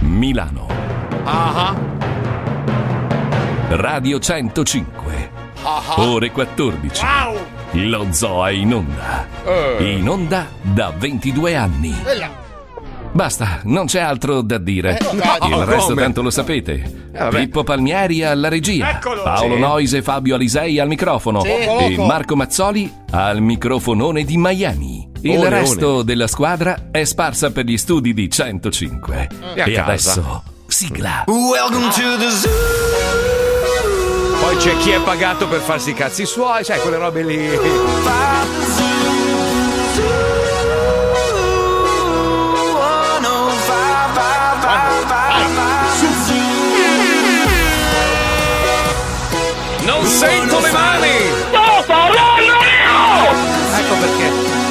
Milano. Ah. Radio 105. Ore 14. Wow. Lo Zoo è in onda. In onda da 22 anni. Basta, non c'è altro da dire. Il resto tanto lo sapete. Pippo Palmieri alla regia. Eccolo. Paolo Noise e Fabio Alisei al microfono. E Marco Mazzoli al microfonone di Miami. Il resto della squadra è sparsa per gli studi di 105. E adesso, sigla. Welcome to the zoo. Poi c'è chi è pagato per farsi i cazzi suoi, sai, quelle robe lì. Non sento le mani! Sto parlando io! Ecco perché.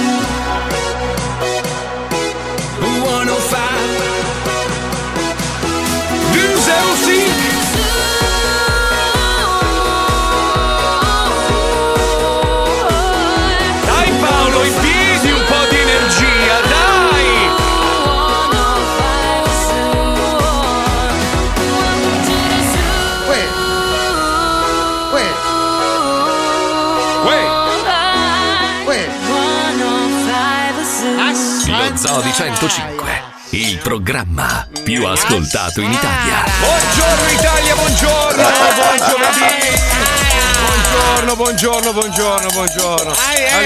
Dai Paolo, in piedi un po' di energia, dai! Lo Zoo di 105. Il programma più ascoltato in Italia. Buongiorno Italia, buongiorno! Buon giovedì! Buongiorno.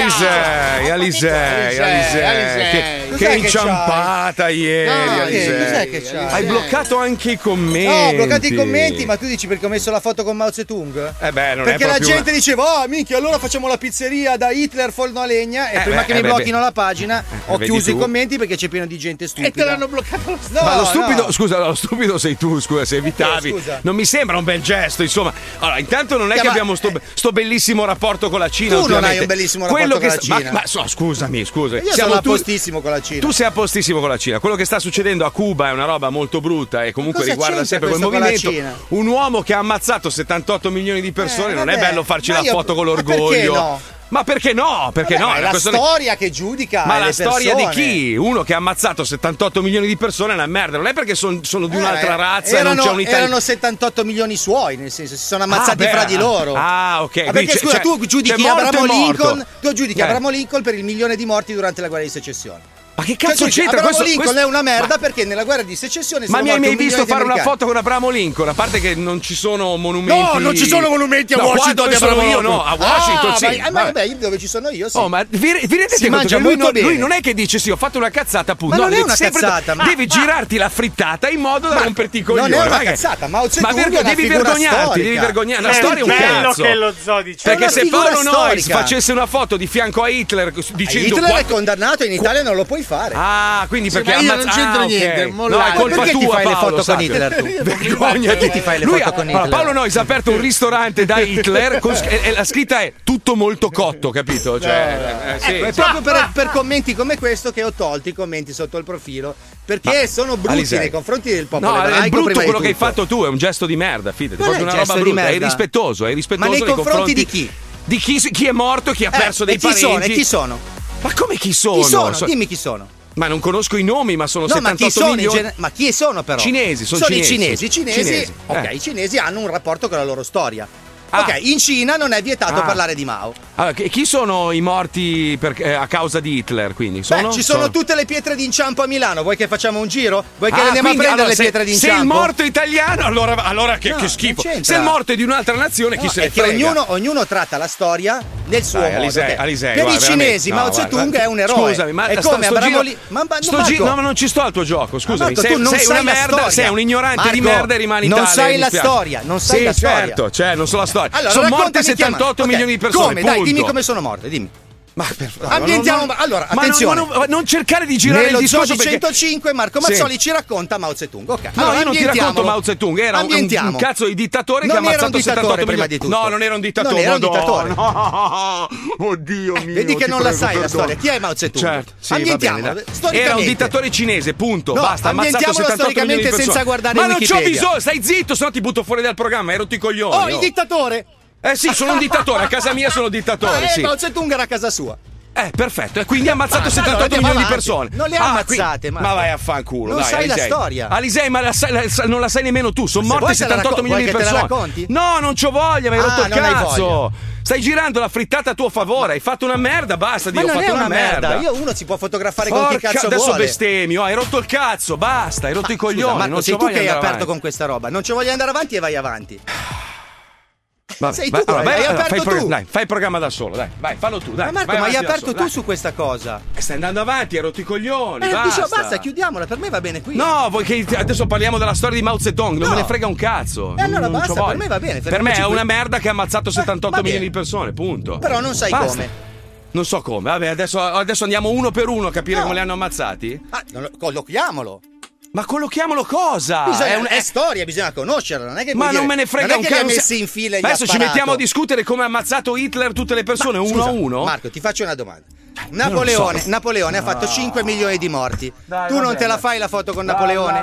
Alisei. Che inciampata ieri, Alisei. Cos'è che c'ha? Hai bloccato anche i commenti. No, ho bloccato i commenti, ma tu dici perché ho messo la foto con Mao Zedong? Eh beh, non perché è la proprio gente diceva, minchia, allora facciamo la pizzeria da Hitler forno a legna. E prima che mi blocchino la pagina, ho chiuso i commenti perché c'è pieno di gente stupida. E te l'hanno bloccato lo stesso. Ma lo stupido, scusa, lo stupido sei tu, scusa, se evitavi. Scusa. Non mi sembra un bel gesto, insomma. Allora, intanto non è che abbiamo sto bellissimo rapporto con la Cina. Tu non hai un bellissimo rapporto con la Cina. Ma scusami. Io sono a postissimo con la Cina. Tu sei a postissimo con la Cina. Quello che sta succedendo a Cuba è una roba molto brutta e comunque riguarda sempre quel movimento. Un uomo che ha ammazzato 78 milioni di persone, non è bello farci la foto con l'orgoglio. Ma perché no? Perché no? È la storia che giudica. Ma le la storia persone. di chi? Uno che ha ammazzato 78 milioni di persone è una merda. Non è perché sono di un'altra razza. Non c'è un'Italia. Erano 78 milioni suoi, nel senso, si sono ammazzati fra di loro. Ah, ok. Ma perché scusa, tu giudichi Abramo Lincoln. Tu giudichi Abramo Lincoln per il 1.000.000 di morti durante la guerra di secessione. Ma che cazzo c'entra? Abramo Lincoln è una merda perché nella guerra di secessione sono morti. Ma mi hai mai visto fare una americani. foto con Abramo Lincoln? A parte che non ci sono monumenti. No, non ci sono monumenti a Washington di Abramo Lincoln. No, a Washington sì. Ma vabbè, dove ci sono io sì. Oh, ma vi rendete conto che lui non è che dice sì, ho fatto una cazzata, appunto. Ma non è una cazzata. Devi girarti la frittata in modo da romperti i coglioni. Non è una cazzata, Mao Zedong è una devi vergognarti, devi vergognare. La storia è un cazzo. Che lo zoo dice. Perché se Paolo Noyes facesse una foto di fianco a Hitler dicendo Hitler è condannato, in Italia non lo puoi fare. Ah, quindi perché io non c'entro niente. No, è colpa perché tua, ti fai le Paolo, foto con Hitler tu? Vergognati. Ti fai le foto con Hitler? Paolo Noyes ha aperto un ristorante da Hitler e la scritta è tutto molto cotto, capito? Cioè, è proprio per commenti come questo che ho tolto i commenti sotto il profilo perché sono brutti nei confronti del popolo ebraico. No, è brutto quello che hai tutto. fatto tu, è un gesto di merda, fidati, Non proprio è una roba gesto di brutta, è merda. irrispettoso Ma nei confronti di chi? Di chi è morto, chi ha perso dei parenti. Chi sono? Ma come chi sono? Dimmi chi sono. Ma non conosco i nomi, ma sono 78 milioni. Ma chi sono però? Cinesi, sono i cinesi. Ok, i cinesi hanno un rapporto con la loro storia. Ok, in Cina non è vietato parlare di Mao. Allora, chi sono i morti a causa di Hitler? Quindi ci sono tutte le pietre d'inciampo a Milano. Vuoi che facciamo un giro? Vuoi che andiamo a prendere le pietre d'inciampo? Se il morto è italiano, allora che schifo. Se il morto è di un'altra nazione, chi se ne frega? Ognuno tratta la storia nel suo modo. Alisei, per i cinesi Mao Zedong è un eroe. Scusami, ma è come Abramo Lincoln. No, ma non ci sto al tuo gioco. Scusami, tu non sei sai una merda, sei un ignorante di merda e rimani tale. Non sai la storia, non sai la storia. Certo, non so la storia. Allora, sono morte 78 milioni di persone. Come? Dai, dimmi come sono morte, dimmi. Ma ambientiamo, allora, attenzione. Non cercare di girare nello il discorso perché 105 Marco Mazzoli ci racconta Mao Zedong. Ok. No, io non ti racconto Mao Zedong, era un cazzo di dittatore che ha ammazzato 78 milioni. No, non era un dittatore. Non era un dittatore. Oddio mio. Vedi che non la sai la storia. Chi è Mao Zedong? Certo, sì, ambientiamo. Era un dittatore cinese, punto. Basta, ha ammazzato 78 milioni di persone. Senza guardare ma in Wikipedia. non c'ho bisogno, stai zitto, sennò ti butto fuori dal programma, hai rotto i coglioni. Oh, il dittatore. Sì, sono un dittatore, a casa mia sono dittatore, sì. Mao Zedong era a casa sua. perfetto. E quindi ha ammazzato 78 milioni di persone. Non le ha ammazzate, ma vai a fanculo. Non sai Alisei. la storia. Alisei, ma non la sai nemmeno tu. Sono morti 78 milioni di persone. Te la racconti? No, non c'ho voglia, mi hai rotto il non hai cazzo. voglia. Stai girando la frittata a tuo favore, hai fatto una merda, basta, Ma Dio, ho non fatto è una merda. merda. Uno si può fotografare con chi cazzo adesso vuole. bestemmio, hai rotto il cazzo, basta, hai rotto i coglioni. Scusa, Marco, non sei c'ho tu voglia che di hai andare aperto avanti. con questa roba. Non ci voglio andare avanti e vai avanti. Vabbè, sei tu, hai aperto tu. Dai, fai il programma da solo, dai, vai, fallo tu, dai. Ma Marco, ma hai aperto tu su questa cosa. Stai andando avanti, hai rotto i coglioni, Dicevo, basta, chiudiamola, per me va bene qui. No, vuoi che adesso parliamo della storia di Mao Zedong, non me ne frega un cazzo. Allora non basta, per me va bene. Per me è una merda che ha ammazzato 78 milioni di persone, punto. Però non sai come. Non so come, vabbè, adesso andiamo uno per uno a capire come li hanno ammazzati? Collochiamolo. Ma collochiamolo cosa? È storia, bisogna conoscerla, non è che non me ne frega un cazzo. messi in fila e adesso ci mettiamo a discutere come ha ammazzato Hitler tutte le persone uno a uno? Marco, ti faccio una domanda. Napoleone ha fatto 5 milioni di morti. Dai, tu non te la fai la foto con Napoleone?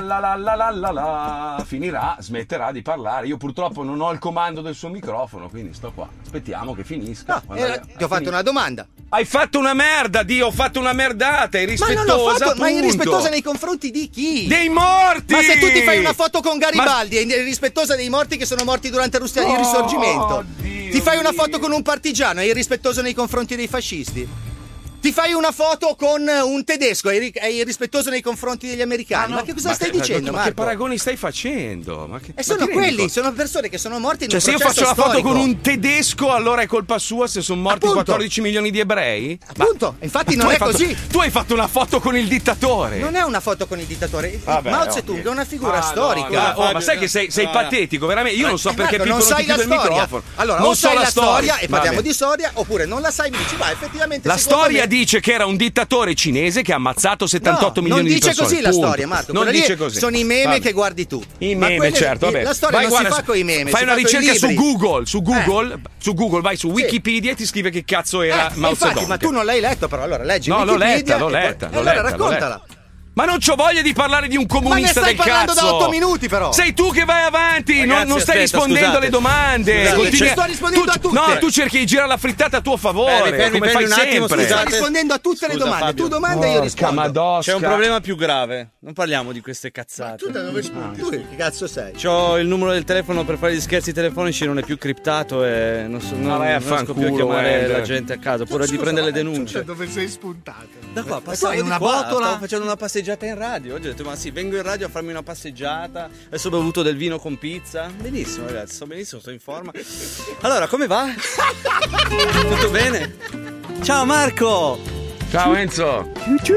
Finirà, smetterà di parlare. Io purtroppo non ho il comando del suo microfono, quindi sto qua. Aspettiamo che finisca. Ti ho fatto una domanda. Hai fatto una merda, Dio, ho fatto una merdata, irrispettosa. Ma irrispettosa nei confronti di chi? Dei morti! Ma se tu ti fai una foto con Garibaldi, è irrispettosa dei morti che sono morti durante il Risorgimento. Ti fai una foto con un partigiano, è irrispettoso nei confronti dei fascisti. Ti fai una foto con un tedesco, è irrispettoso nei confronti degli americani. Ma che cosa stai dicendo, Ma Marco? che paragoni stai facendo? Sono quelli, sono persone che sono morte in un se io processo faccio la foto storico. con un tedesco, allora è colpa sua se sono morti 14 milioni di ebrei? Appunto, infatti non è così. Tu hai fatto una foto con il dittatore. Non è una foto con il dittatore. Vabbè, Mao Zedong è una figura storica. Ma sai che sei patetico, veramente. Io non so perché Pippo non sai ti chiude il microfono. Allora, non o so sai la storia e parliamo Vabbè. di storia, oppure non la sai, mi dici, effettivamente. La storia dice che era un dittatore cinese che ha ammazzato 78 milioni di persone. Non dice così la storia, Marco. Non dice così. Sono i meme che guardi tu. I meme, certo. Vabbè. La storia non si fa con i meme. Fai una ricerca su Google. Su Google, vai su Wikipedia e ti scrive che cazzo era Mao Zedong. Infatti, ma tu non l'hai letto, però allora leggi. No, Wikipedia l'ho letta. Allora raccontala. Ma non c'ho voglia di parlare di un comunista del cazzo. Ma ne stai parlando da 8 minuti però. Sei tu che vai avanti, Ragazzi, non stai rispondendo alle domande. Scusate, sto rispondendo a tutte. No, tu cerchi di girare la frittata a tuo favore, come fai sempre. Sto rispondendo a tutte le domande. Tu domanda e io rispondo. C'è un problema più grave. Non parliamo di queste cazzate. Tu da dove spunti? Tu che cazzo sei? C'ho il numero del telefono per fare gli scherzi telefonici, non è più criptato e non riesco più a chiamare la gente a casa, oppure di prendere le denunce. Dove sei spuntato? Da qua passavo in una botola? Stavo facendo una passeggiata in radio. Oggi ho detto, ma sì, vengo in radio a farmi una passeggiata. Adesso ho bevuto del vino con pizza. Benissimo, ragazzi, sto benissimo, sto in forma. Allora, come va? Tutto bene? Ciao Marco! Ciao Enzo!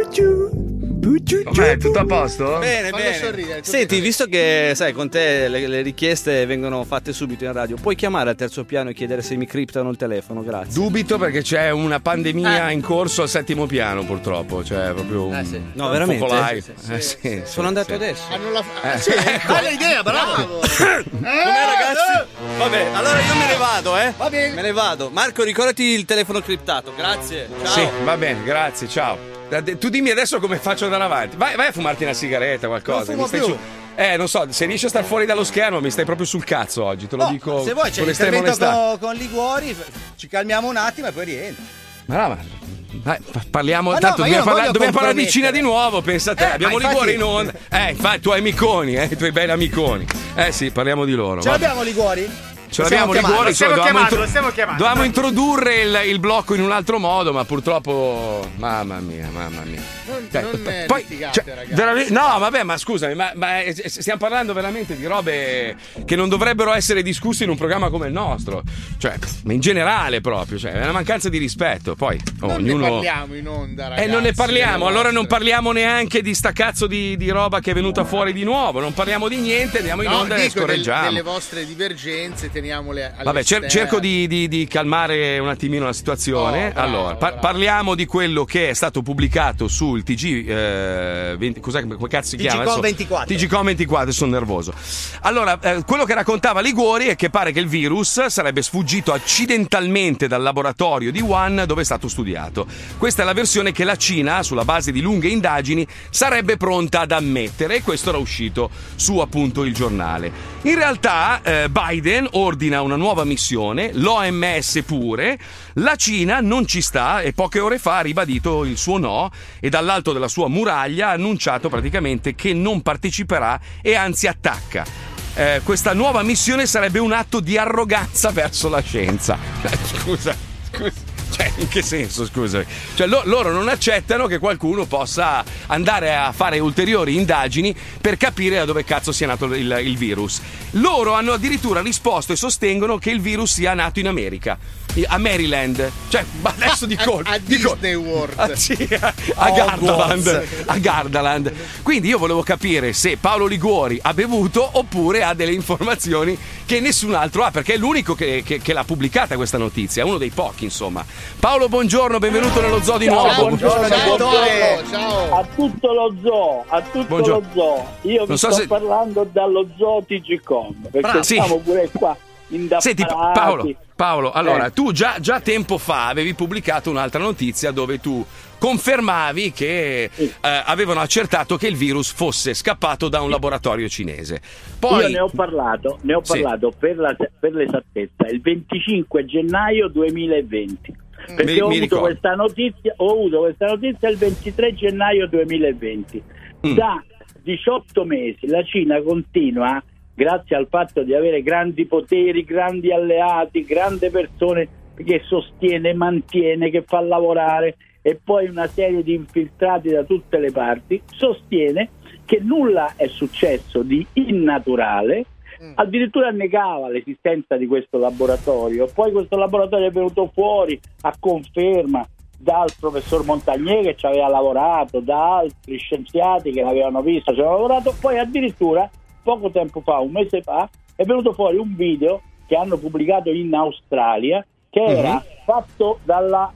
Com'è? Tutto a posto? Bene, bene. Senti, visto che sai, con te le richieste vengono fatte subito in radio, puoi chiamare al terzo piano e chiedere se mi criptano il telefono, grazie. Dubito perché c'è una pandemia in corso al settimo piano, purtroppo. Cioè, proprio un No, veramente? focolai. Sì. Sono andato adesso. Bella idea, bravo. Com'è, ragazzi? Vabbè, allora io me ne vado, Va bene. Me ne vado. Marco, ricordati il telefono criptato, grazie. Ciao. Sì, va bene, grazie, ciao. Tu dimmi adesso come faccio ad andare avanti. Vai a fumarti una sigaretta, qualcosa. Non fumo più. Non so, se riesci a star fuori dallo schermo mi stai proprio sul cazzo oggi, te lo dico. Se vuoi c'è con estrema onestà. l'intervento con Liguori, ci calmiamo un attimo e poi rientri. Parliamo, Ma tanto no, ma io dobbiamo non voglio parlare di Cina compromettere. di nuovo, pensa a te, abbiamo ma Liguori infatti- in onda. Infatti, i tuoi amiconi, i tuoi bei amiconi. Sì, parliamo di loro. Ce l'abbiamo Liguori? Ce l'abbiamo Liguori, Lo stiamo chiamando. dovevamo introdurre il blocco in un altro modo, ma purtroppo mamma mia. Non litigate, ragazzi. No, vabbè, ma scusami, ma stiamo parlando veramente di robe che non dovrebbero essere discusse in un programma come il nostro. Cioè, ma in generale proprio, cioè, è una mancanza di rispetto. Poi ognuno Ne parliamo in onda, ragazzi. non ne parliamo, allora non parliamo neanche di sta cazzo di roba che è venuta fuori di nuovo, non parliamo di niente, andiamo in onda e scorreggiamo. Delle vostre divergenze teniamole alle Vabbè, cerco di calmare un attimino la situazione. Allora, parliamo di quello che è stato pubblicato sul TG 20, come cazzo si chiama? TGcom 24. TGcom 24, sono nervoso. Allora, quello che raccontava Liguori è che pare che il virus sarebbe sfuggito accidentalmente dal laboratorio di Wuhan dove è stato studiato. Questa è la versione che la Cina, sulla base di lunghe indagini, sarebbe pronta ad ammettere, e questo era uscito su appunto il giornale. In realtà Biden ordina ordina una nuova missione, l'OMS pure, la Cina non ci sta e poche ore fa ha ribadito il suo no e dall'alto della sua muraglia ha annunciato praticamente che non parteciperà e anzi attacca. Questa nuova missione sarebbe un atto di arroganza verso la scienza. Scusa. Cioè, in che senso, scusa? Cioè, loro non accettano che qualcuno possa andare a fare ulteriori indagini per capire da dove cazzo sia nato il virus. Loro hanno addirittura risposto e sostengono che il virus sia nato in America, a Maryland. Cioè, ma adesso di colpo. A Disney World. Sì, a Gardaland. Quindi io volevo capire se Paolo Liguori ha bevuto oppure ha delle informazioni che nessun altro ha, perché è l'unico che l'ha pubblicata questa notizia, è uno dei pochi, insomma. Paolo, buongiorno, benvenuto nello zoo di nuovo. Ciao. A tutto lo zoo, Io vi sto parlando dallo zoo TGcom, perché siamo pure qua Senti, Paolo, allora tu già tempo fa avevi pubblicato un'altra notizia dove tu confermavi che avevano accertato che il virus fosse scappato da un laboratorio cinese. Poi io ne ho parlato per l'esattezza il 25 gennaio 2020. Perché ho avuto questa notizia il 23 gennaio 2020. Da 18 mesi la Cina continua, grazie al fatto di avere grandi poteri, grandi alleati, grandi persone che sostiene, mantiene, che fa lavorare, e poi una serie di infiltrati da tutte le parti, sostiene che nulla è successo di innaturale. Addirittura negava l'esistenza di questo laboratorio. Poi questo laboratorio è venuto fuori a conferma dal professor Montagnier, che ci aveva lavorato, da altri scienziati che l'avevano visto, ci avevano lavorato. Poi addirittura poco tempo fa, un mese fa, è venuto fuori un video che hanno pubblicato in Australia, che era fatto dalla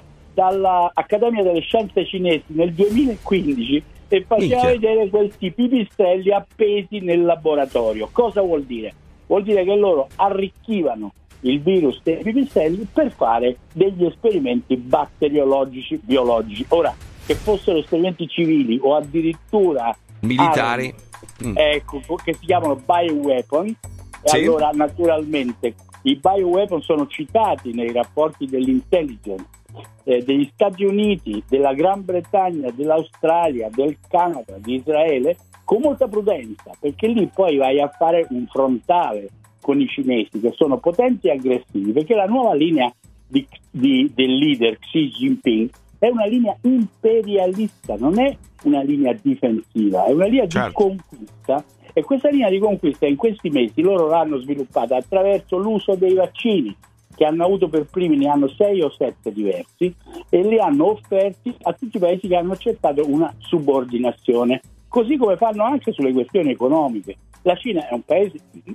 Accademia delle Scienze Cinesi nel 2015, e faceva vedere questi pipistrelli appesi nel laboratorio. Cosa vuol dire? Vuol dire che loro arricchivano il virus dei pipistrelli per fare degli esperimenti batteriologici, biologici. Ora, che fossero esperimenti civili o addirittura militari, ecco, che si chiamano bioweapon, e allora naturalmente i bioweapon sono citati nei rapporti dell'intelligence degli Stati Uniti, della Gran Bretagna, dell'Australia, del Canada, di Israele, con molta prudenza, perché lì poi vai a fare un frontale con i cinesi, che sono potenti e aggressivi, perché la nuova linea del leader Xi Jinping è una linea imperialista, non è una linea difensiva, è una linea di conquista, e questa linea di conquista in questi mesi loro l'hanno sviluppata attraverso l'uso dei vaccini, che hanno avuto per primi, ne hanno 6 o 7 diversi, e li hanno offerti a tutti i paesi che hanno accettato una subordinazione, così come fanno anche sulle questioni economiche. La Cina è un paese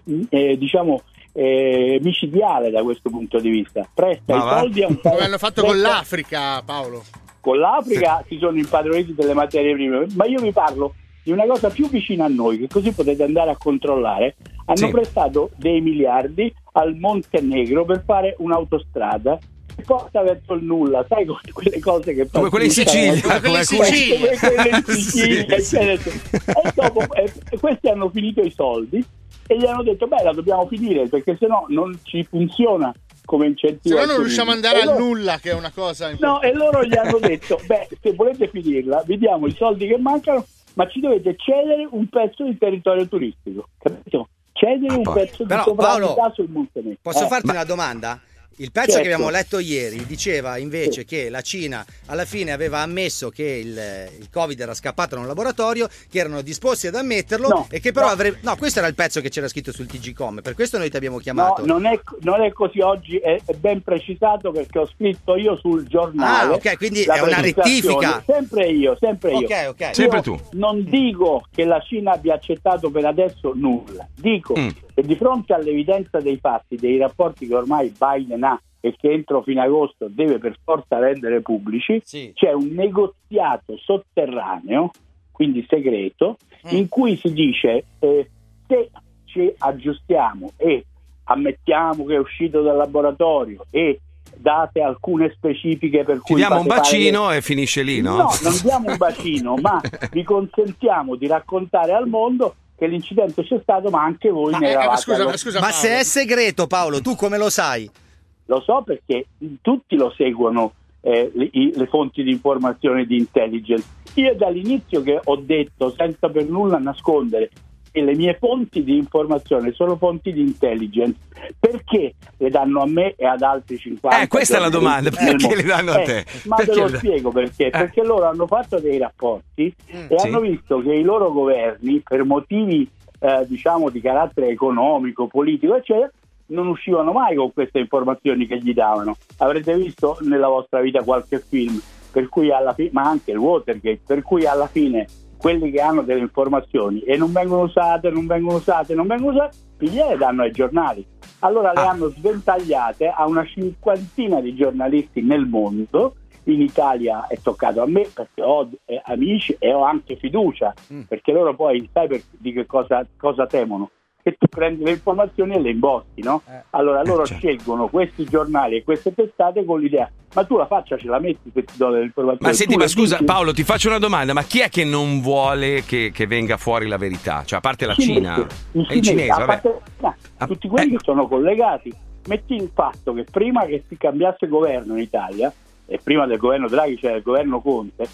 micidiale da questo punto di vista, presta i soldi a un paese, come hanno fatto con l'Africa, Paolo. Con l'Africa si sono impadroniti delle materie prime, ma io vi parlo di una cosa più vicina a noi, che così potete andare a controllare. Hanno prestato dei miliardi al Montenegro per fare un'autostrada che porta verso il nulla, sai, quelle cose che come quelle in Sicilia, quelle in Sicilia, e dopo questi hanno finito i soldi e gli hanno detto la dobbiamo finire, perché sennò non ci funziona come incentivo. Se no non riusciamo ad andare al nulla, che è una cosa importante. No, e loro gli hanno detto se volete finirla vi diamo i soldi che mancano, ma ci dovete cedere un pezzo di territorio turistico, capito? Cedere un pezzo di sovranità sul Montenegro. Posso farti una domanda? Il pezzo che abbiamo letto ieri diceva invece che la Cina alla fine aveva ammesso che il Covid era scappato da un laboratorio, che erano disposti ad ammetterlo e che però avrebbe... No, questo era il pezzo che c'era scritto sul TGcom, per questo noi ti abbiamo chiamato. No, non è così, oggi è ben precisato, perché ho scritto io sul giornale. Ah, ok, quindi è una rettifica. Sempre io. Ok. Sempre tu. Non dico che la Cina abbia accettato per adesso nulla, dico che di fronte all'evidenza dei fatti, dei rapporti che ormai Biden ha e che entro fine agosto deve per forza rendere pubblici, c'è un negoziato sotterraneo, quindi segreto, in cui si dice se ci aggiustiamo e ammettiamo che è uscito dal laboratorio e date alcune specifiche per cui ti diamo un bacino e finisce lì, no? No, non diamo un bacino, ma vi consentiamo di raccontare al mondo che l'incidente c'è stato, ma anche voi ne eravate. Scusa, ma se è segreto, Paolo, tu come lo sai? Lo so perché tutti lo seguono, le fonti di informazione di intelligence. Io dall'inizio che ho detto, senza per nulla nascondere, che le mie fonti di informazione sono fonti di intelligence, perché le danno a me e ad altri 50? Questa è la domanda, perché le danno a te? Ma te lo spiego perché. Perché loro hanno fatto dei rapporti e hanno visto che i loro governi, per motivi diciamo di carattere economico, politico, eccetera, non uscivano mai con queste informazioni che gli davano. Avrete visto nella vostra vita qualche film per cui alla fine, ma anche il Watergate, per cui alla fine quelli che hanno delle informazioni e non vengono usate, le danno ai giornali. Allora le hanno sventagliate a una 50ina di giornalisti nel mondo. In Italia è toccato a me perché ho amici e ho anche fiducia, perché loro poi sai di che cosa temono? Che tu prendi le informazioni e le imbotti, no? Allora loro scelgono questi giornali e queste testate con l'idea: ma tu la faccia ce la metti se ti do le informazioni. Ma senti, ma scusa Paolo, ti faccio una domanda: ma chi è che non vuole che venga fuori la verità? Cioè, a parte la Cina? Il cinese, vabbè. Tutti quelli che sono collegati. Metti il fatto che prima che si cambiasse governo in Italia, e prima del governo Draghi c'era il governo Conte,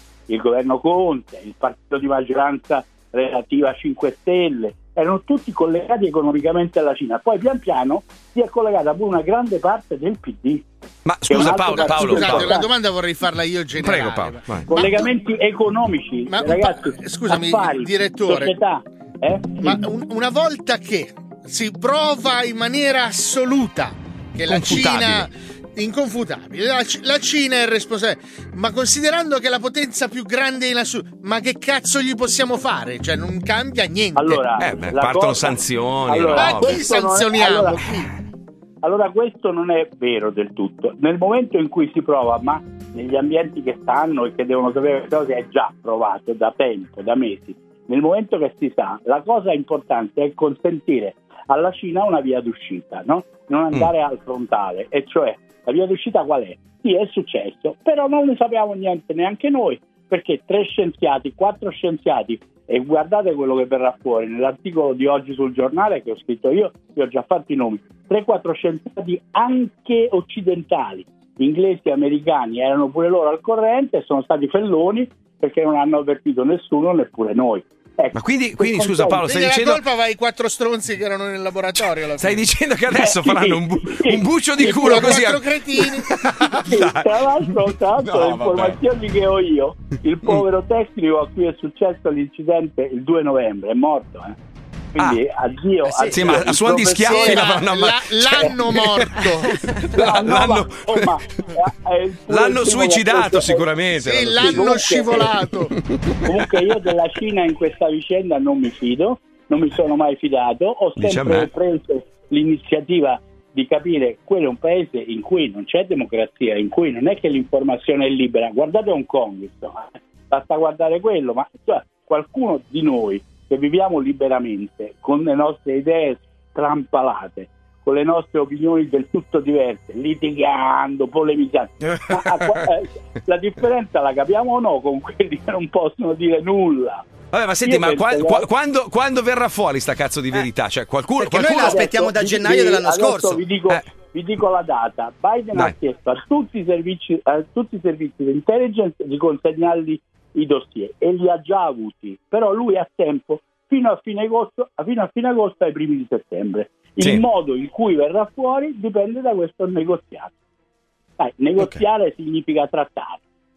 il partito di maggioranza relativa a 5 Stelle, erano tutti collegati economicamente alla Cina. Poi pian piano si è collegata pure una grande parte del PD. Ma scusa Paolo, scusate, una domanda vorrei farla io generale. Prego Paolo, vai. Collegamenti economici, ragazzi, scusami, affari, direttore, società, ma una volta che si prova in maniera assoluta che la Cina inconfutabile, la Cina è responsabile, ma considerando che è la potenza più grande in assoluto, ma che cazzo gli possiamo fare? Cioè non cambia niente. Allora, partono sanzioni. Allora, chi sanzioniamo? Allora questo non è vero del tutto. Nel momento in cui si prova, ma negli ambienti che stanno e che devono sapere che è già provato da tempo, da mesi, nel momento che si sa, la cosa importante è consentire alla Cina una via d'uscita, no? Non andare al frontale, e cioè la via d'uscita qual è? Sì, è successo, però non ne sappiamo niente neanche noi, perché 4 scienziati, e guardate quello che verrà fuori nell'articolo di oggi sul giornale che ho scritto io, vi ho già fatto i nomi, 3-4 scienziati anche occidentali, inglesi e americani, erano pure loro al corrente e sono stati felloni perché non hanno avvertito nessuno, neppure noi. Ecco, ma quindi scusa Paolo, stai dicendo la colpa va ai 4 stronzi che erano nel laboratorio? Stai dicendo che adesso faranno un buccio di culo così? 4 cretini. Tra l'altro le informazioni che ho io, il povero tecnico a cui è successo l'incidente il 2 novembre è morto, quindi addio. Sì, ma a suon di schiaffi l'hanno morto. L'hanno suicidato sicuramente. Sì, l'hanno scivolato. Comunque io della Cina in questa vicenda non mi fido, non mi sono mai fidato, ho sempre preso l'iniziativa di capire quello è un paese in cui non c'è democrazia, in cui non è che l'informazione è libera. Guardate Hong Kong, basta guardare quello, ma qualcuno di noi che viviamo liberamente, con le nostre idee strampalate, con le nostre opinioni del tutto diverse, litigando, polemizzando. La differenza la capiamo o no con quelli che non possono dire nulla? Vabbè, ma senti, quando verrà fuori sta cazzo di verità? Cioè, qualcuno noi la aspettiamo da gennaio dell'anno scorso. Vi dico la data. Biden ha chiesto a tutti i servizi di intelligence di consegnarli i dossier e li ha già avuti, però lui ha tempo fino a fine agosto ai primi di settembre. Il modo in cui verrà fuori dipende da questo negoziato. Negoziare significa trattare.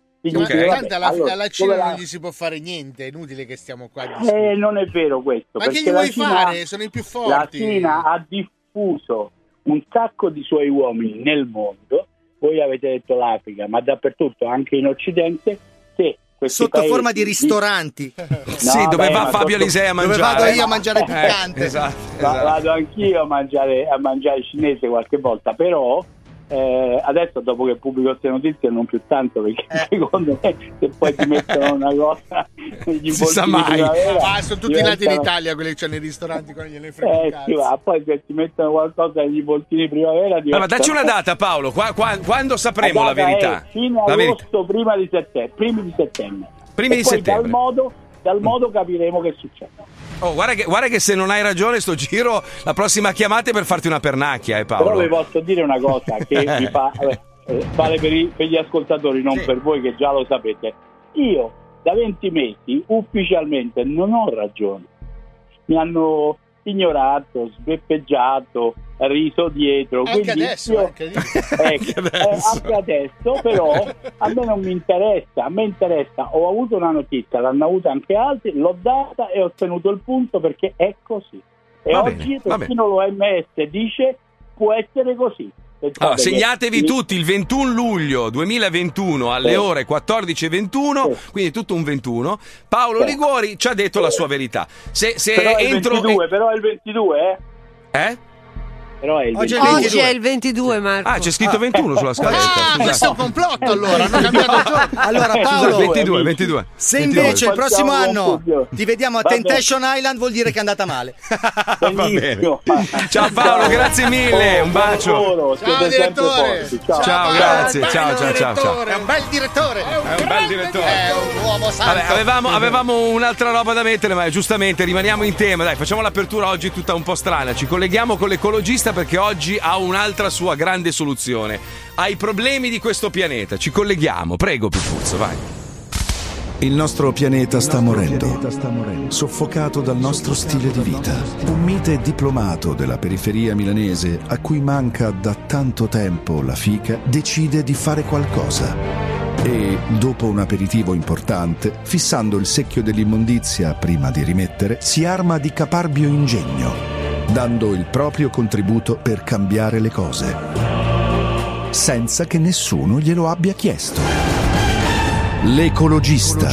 Alla Cina non gli si può fare niente, è inutile che stiamo qua. Non è vero questo. Ma che gli vuoi fare? Sono i più forti. La Cina ha diffuso un sacco di suoi uomini nel mondo. Voi avete detto l'Africa, ma dappertutto, anche in Occidente. Sotto forma di ristoranti. Dove va Fabio Lisei a mangiare. Dove vado io a mangiare piccante. Esatto. Vado anch'io a mangiare cinese qualche volta, però adesso dopo che pubblico queste notizie non più tanto, perché secondo me se poi ti mettono una cosa negli si sa mai. Sono tutti nati in Italia quelli che c'hanno i ristoranti con gliene frega poi se ti mettono qualcosa negli voltini primavera ma dacci una data Paolo, quando sapremo la verità? Fino agosto, primi di settembre. Dal modo tal modo capiremo che succede. Oh, guarda che se non hai ragione sto giro, la prossima chiamata è per farti una pernacchia, Paolo. Però vi posso dire una cosa che mi fa vale per gli ascoltatori, non per voi che già lo sapete. Io da 20 mesi ufficialmente non ho ragione. Mi hanno ignorato, sbeffeggiato, riso dietro. Anche adesso, anche adesso, però a me non mi interessa. A me interessa, ho avuto una notizia, l'hanno avuta anche altri, l'ho data e ho ottenuto il punto perché è così. E va oggi persino l'OMS dice può essere così. Allora, segnatevi tutti il 21 luglio 2021 alle ore 14:21, quindi tutto un 21. Paolo Liguori ci ha detto la sua verità. Se però entro 22, però è il 22, Però è il 22. Oggi è il 22, Marco. Ah, c'è scritto 21 sulla scaletta. Questo è un complotto, allora. Hanno cambiato il giorno. Allora, Paolo, 22. Se invece il prossimo anno ti vediamo a Temptation Island, vuol dire che è andata male. Va bene. Ciao Paolo, grazie mille. Un bacio. Ciao direttore. Ciao, grazie. Ciao. È un bel direttore. È un uomo santo. Vabbè, avevamo un'altra roba da mettere, ma giustamente rimaniamo in tema. Dai, facciamo l'apertura oggi tutta un po' strana. Ci colleghiamo con l'ecologista perché oggi ha un'altra sua grande soluzione ai problemi di questo pianeta. Ci colleghiamo, prego Pipuzzo, vai. Il nostro pianeta sta morendo, soffocato dal nostro stile di vita. Un mite diplomato della periferia milanese a cui manca da tanto tempo la fica decide di fare qualcosa. E, dopo un aperitivo importante, fissando il secchio dell'immondizia prima di rimettere, si arma di caparbio ingegno, dando il proprio contributo per cambiare le cose, senza che nessuno glielo abbia chiesto. L'ecologista.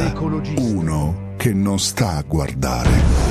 Uno che non sta a guardare.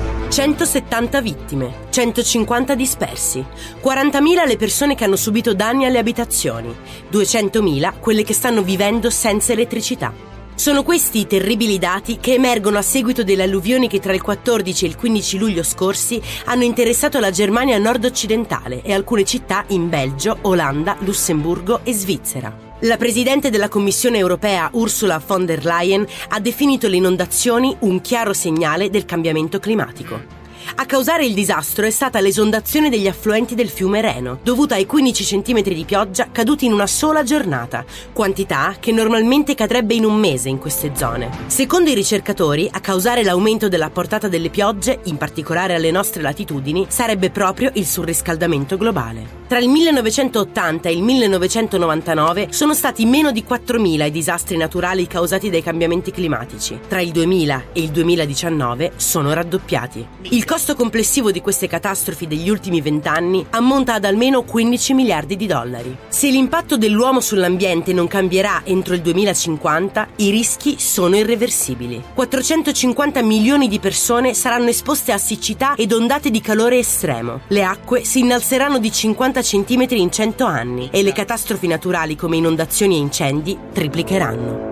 170 vittime, 150 dispersi, 40.000 le persone che hanno subito danni alle abitazioni, 200.000 quelle che stanno vivendo senza elettricità. Sono questi i terribili dati che emergono a seguito delle alluvioni che tra il 14 e il 15 luglio scorsi hanno interessato la Germania nord-occidentale e alcune città in Belgio, Olanda, Lussemburgo e Svizzera. La presidente della Commissione europea Ursula von der Leyen ha definito le inondazioni un chiaro segnale del cambiamento climatico. A causare il disastro è stata l'esondazione degli affluenti del fiume Reno, dovuta ai 15 centimetri di pioggia caduti in una sola giornata, quantità che normalmente cadrebbe in un mese in queste zone. Secondo i ricercatori, a causare l'aumento della portata delle piogge, in particolare alle nostre latitudini, sarebbe proprio il surriscaldamento globale. Tra il 1980 e il 1999 sono stati meno di 4.000 i disastri naturali causati dai cambiamenti climatici. Tra il 2000 e il 2019 sono raddoppiati. Il costo complessivo di queste catastrofi degli ultimi 20 anni ammonta ad almeno 15 miliardi di dollari. Se l'impatto dell'uomo sull'ambiente non cambierà entro il 2050, i rischi sono irreversibili. 450 milioni di persone saranno esposte a siccità ed ondate di calore estremo. Le acque si innalzeranno di 50 centimetri in 100 anni e le catastrofi naturali come inondazioni e incendi triplicheranno.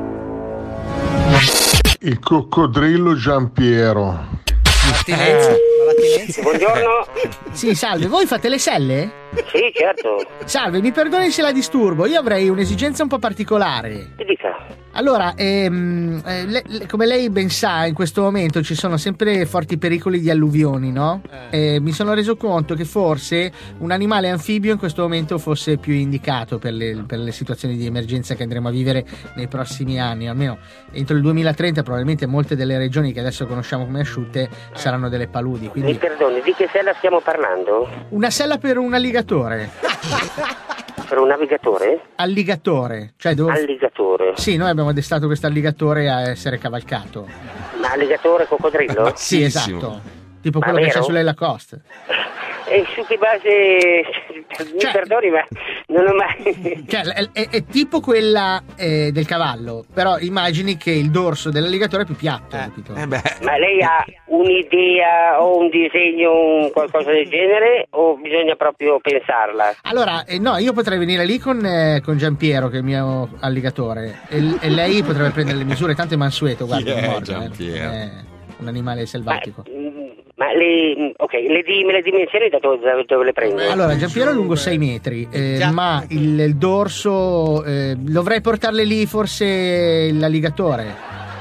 Il coccodrillo Giampiero. Buongiorno. Sì, salve, voi fate le selle? Sì, certo. Salve, mi perdoni se la disturbo, io avrei un'esigenza un po' particolare. Che dica? Allora, come lei ben sa, in questo momento ci sono sempre forti pericoli di alluvioni, no? Mi sono reso conto che forse un animale anfibio in questo momento fosse più indicato per le situazioni di emergenza che andremo a vivere nei prossimi anni, almeno entro il 2030 probabilmente molte delle regioni che adesso conosciamo come asciutte saranno delle paludi. Quindi... Mi perdoni, di che sella stiamo parlando? Una sella per un alligatore. Per un navigatore? Alligatore. Cioè Alligatore? Sì, noi abbiamo addestato questo alligatore a essere cavalcato. Ma alligatore coccodrillo? Sì, esatto. Tipo quello che c'è sulle Lacoste. E su che base? Mi perdoni, ma non ho mai... Cioè, è tipo quella del cavallo, però immagini che il dorso dell'alligatore è più piatto, capito? Ma lei ha un'idea o un disegno, qualcosa del genere, o bisogna proprio pensarla? Allora, no, io potrei venire lì con Giampiero, che è il mio alligatore, e lei potrebbe prendere le misure, tanto è mansueto, guarda, è morto, un animale selvatico. Ma le dimensioni da dove le prendo? Allora, Giampiero è lungo 6 metri, ma il dorso dovrei portarle lì forse l'alligatore.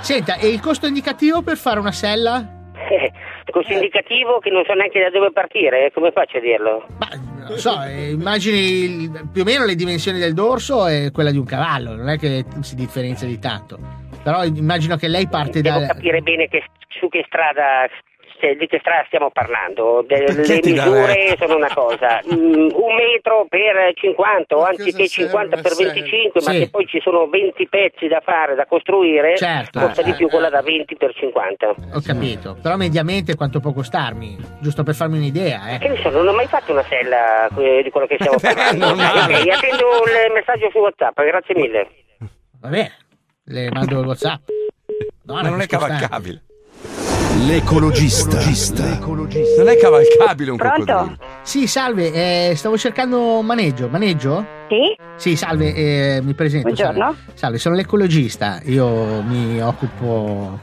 Senta, e il costo indicativo per fare una sella? Il costo indicativo che non so neanche da dove partire, come faccio a dirlo? Ma non so, immagini più o meno le dimensioni del dorso e quella di un cavallo, non è che si differenzia di tanto. Però immagino che lei parte Devo capire bene su che strada, di che strada stiamo parlando. Le misure sono una cosa, 1 metro per 50 o anziché 50 per 25, ma se poi ci sono 20 pezzi da fare, da costruire, costa di più quella da 20 per 50. Ho capito, però mediamente quanto può costarmi? Giusto per farmi un'idea, Che ne so, non ho mai fatto una sella di quello che stiamo parlando. Ok, attendo il messaggio su WhatsApp, grazie mille. Va bene, le mando il WhatsApp. Ma non è cavalcabile. L'ecologista. Non è cavalcabile un coccodrillo. Sì, salve, stavo cercando maneggio. Sì? Sì, salve, mi presento. Buongiorno. Salve, sono l'ecologista. Io mi occupo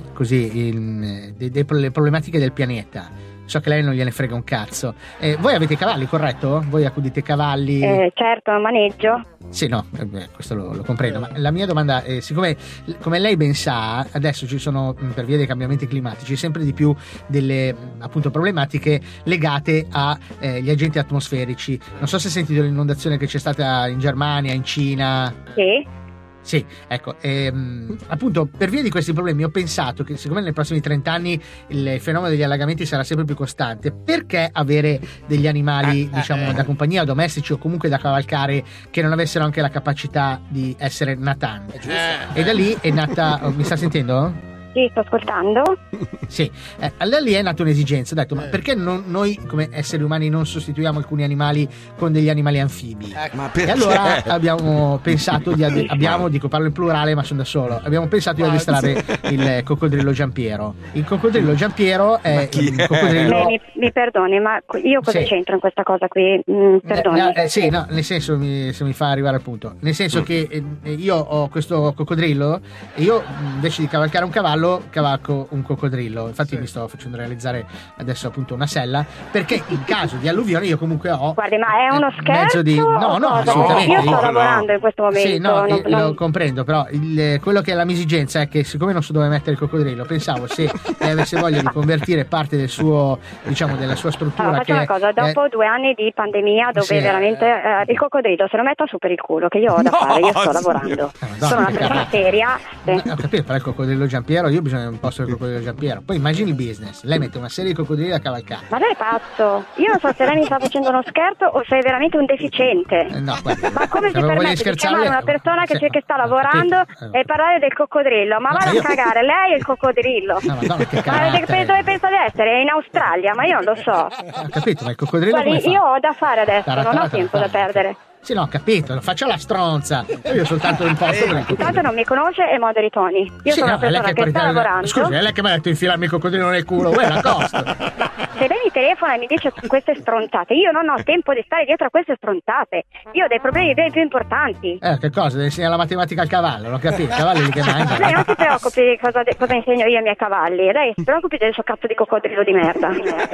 così delle problematiche del pianeta. So che lei non gliene frega un cazzo. Voi avete cavalli, corretto? Voi accudite cavalli? Certo, maneggio. Sì, no, questo lo comprendo. Ma la mia domanda è, siccome, come lei ben sa, adesso ci sono, per via dei cambiamenti climatici, sempre di più delle appunto problematiche legate agli agenti atmosferici. Non so se hai sentito l'inondazione che c'è stata in Germania, in Cina. Sì. Sì, ecco, appunto per via di questi problemi ho pensato che siccome nei prossimi 30 anni il fenomeno degli allagamenti sarà sempre più costante, perché avere degli animali diciamo da compagnia, domestici o comunque da cavalcare, che non avessero anche la capacità di essere natanti? E da lì è nata, mi sta sentendo? Sì, sto ascoltando. Sì, allora lì è nata un'esigenza, ho detto, ma perché noi come esseri umani non sostituiamo alcuni animali con degli animali anfibi? Ma perché? E allora abbiamo pensato dico parlo in plurale ma sono da solo, abbiamo pensato di addestrare il coccodrillo Giampiero. Il coccodrillo Giampiero è un coccodrillo... Mi perdoni, ma io cosa c'entro in questa cosa qui? Perdoni. Sì, no, nel senso, se mi fa arrivare al punto, nel senso che io ho questo coccodrillo e io invece di cavalcare un cavallo cavalco un coccodrillo. Infatti mi sto facendo realizzare adesso appunto una sella, perché in caso di alluvione io comunque ho... Guardi, ma è uno scherzo? No, assolutamente. Io sto lavorando in questo momento. Sì, lo comprendo, però quello che è la misigenza è che siccome non so dove mettere il coccodrillo, pensavo se lei avesse voglia di convertire parte del suo, diciamo, della sua struttura. Allora, faccio una cosa, dopo 2 anni di pandemia dove veramente il coccodrillo se lo metta su per il culo, che io ho da fare, io sto lavorando. Sono una persona seria. Ho capito, però il coccodrillo Giampiero, io bisogna un posto del coccodrillo Giampiero. Poi immagini il business, lei mette una serie di coccodrilli da cavalcare. Ma lei è pazzo? Io non so se lei mi sta facendo uno scherzo o se è veramente un deficiente. No, guarda, ma come si permette di chiamare una persona che sta lavorando e parlare del coccodrillo? Ma vada a cagare, lei è il coccodrillo. No, Madonna, che ma dove pensa di essere? È in Australia, ma io non lo so. Ho capito, ma il coccodrillo Guardi, io ho da fare adesso, non ho tempo da perdere. Sì, no, ho capito, faccio la stronza. Io soltanto un posto per il tanto non mi conosce e moderi toni. Io sono una persona che sta lavorando. Scusi, è lei che mi ha detto infilarmi il coccodrillo nel culo, quella costa. Se lei mi telefona e mi dice queste stronzate, io non ho tempo di stare dietro a queste stronzate. Io ho dei problemi più importanti. Che cosa? Deve insegnare la matematica al cavallo, non capito? I cavalli li che mangiano. Lei non si preoccupi di cosa insegno io ai miei cavalli. Lei si preoccupi del suo cazzo di coccodrillo di merda.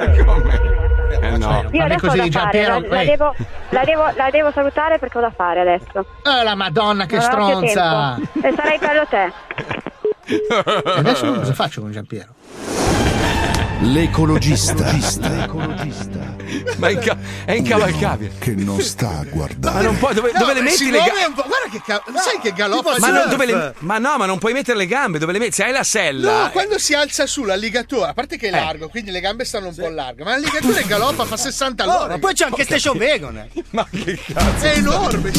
No. Io adesso ho da fare, la devo salutare perché ho da fare adesso. La Madonna, che stronza! E sarei bello te. E adesso cosa faccio con Giampiero? L'ecologista. Ma è incavalcabile. Che non sta a guardare. Ma non puoi, dove le metti le gambe? Guarda che sai che galoppa. Ma non puoi mettere le gambe, dove le metti? Se hai la sella. No, quando si alza su l'alligatore, a parte che è largo, quindi le gambe stanno un po' larghe, ma l'alligatore galoppa, fa 60 all'ora. Ma poi c'è anche Station Wagon. Ma che cazzo? È enorme,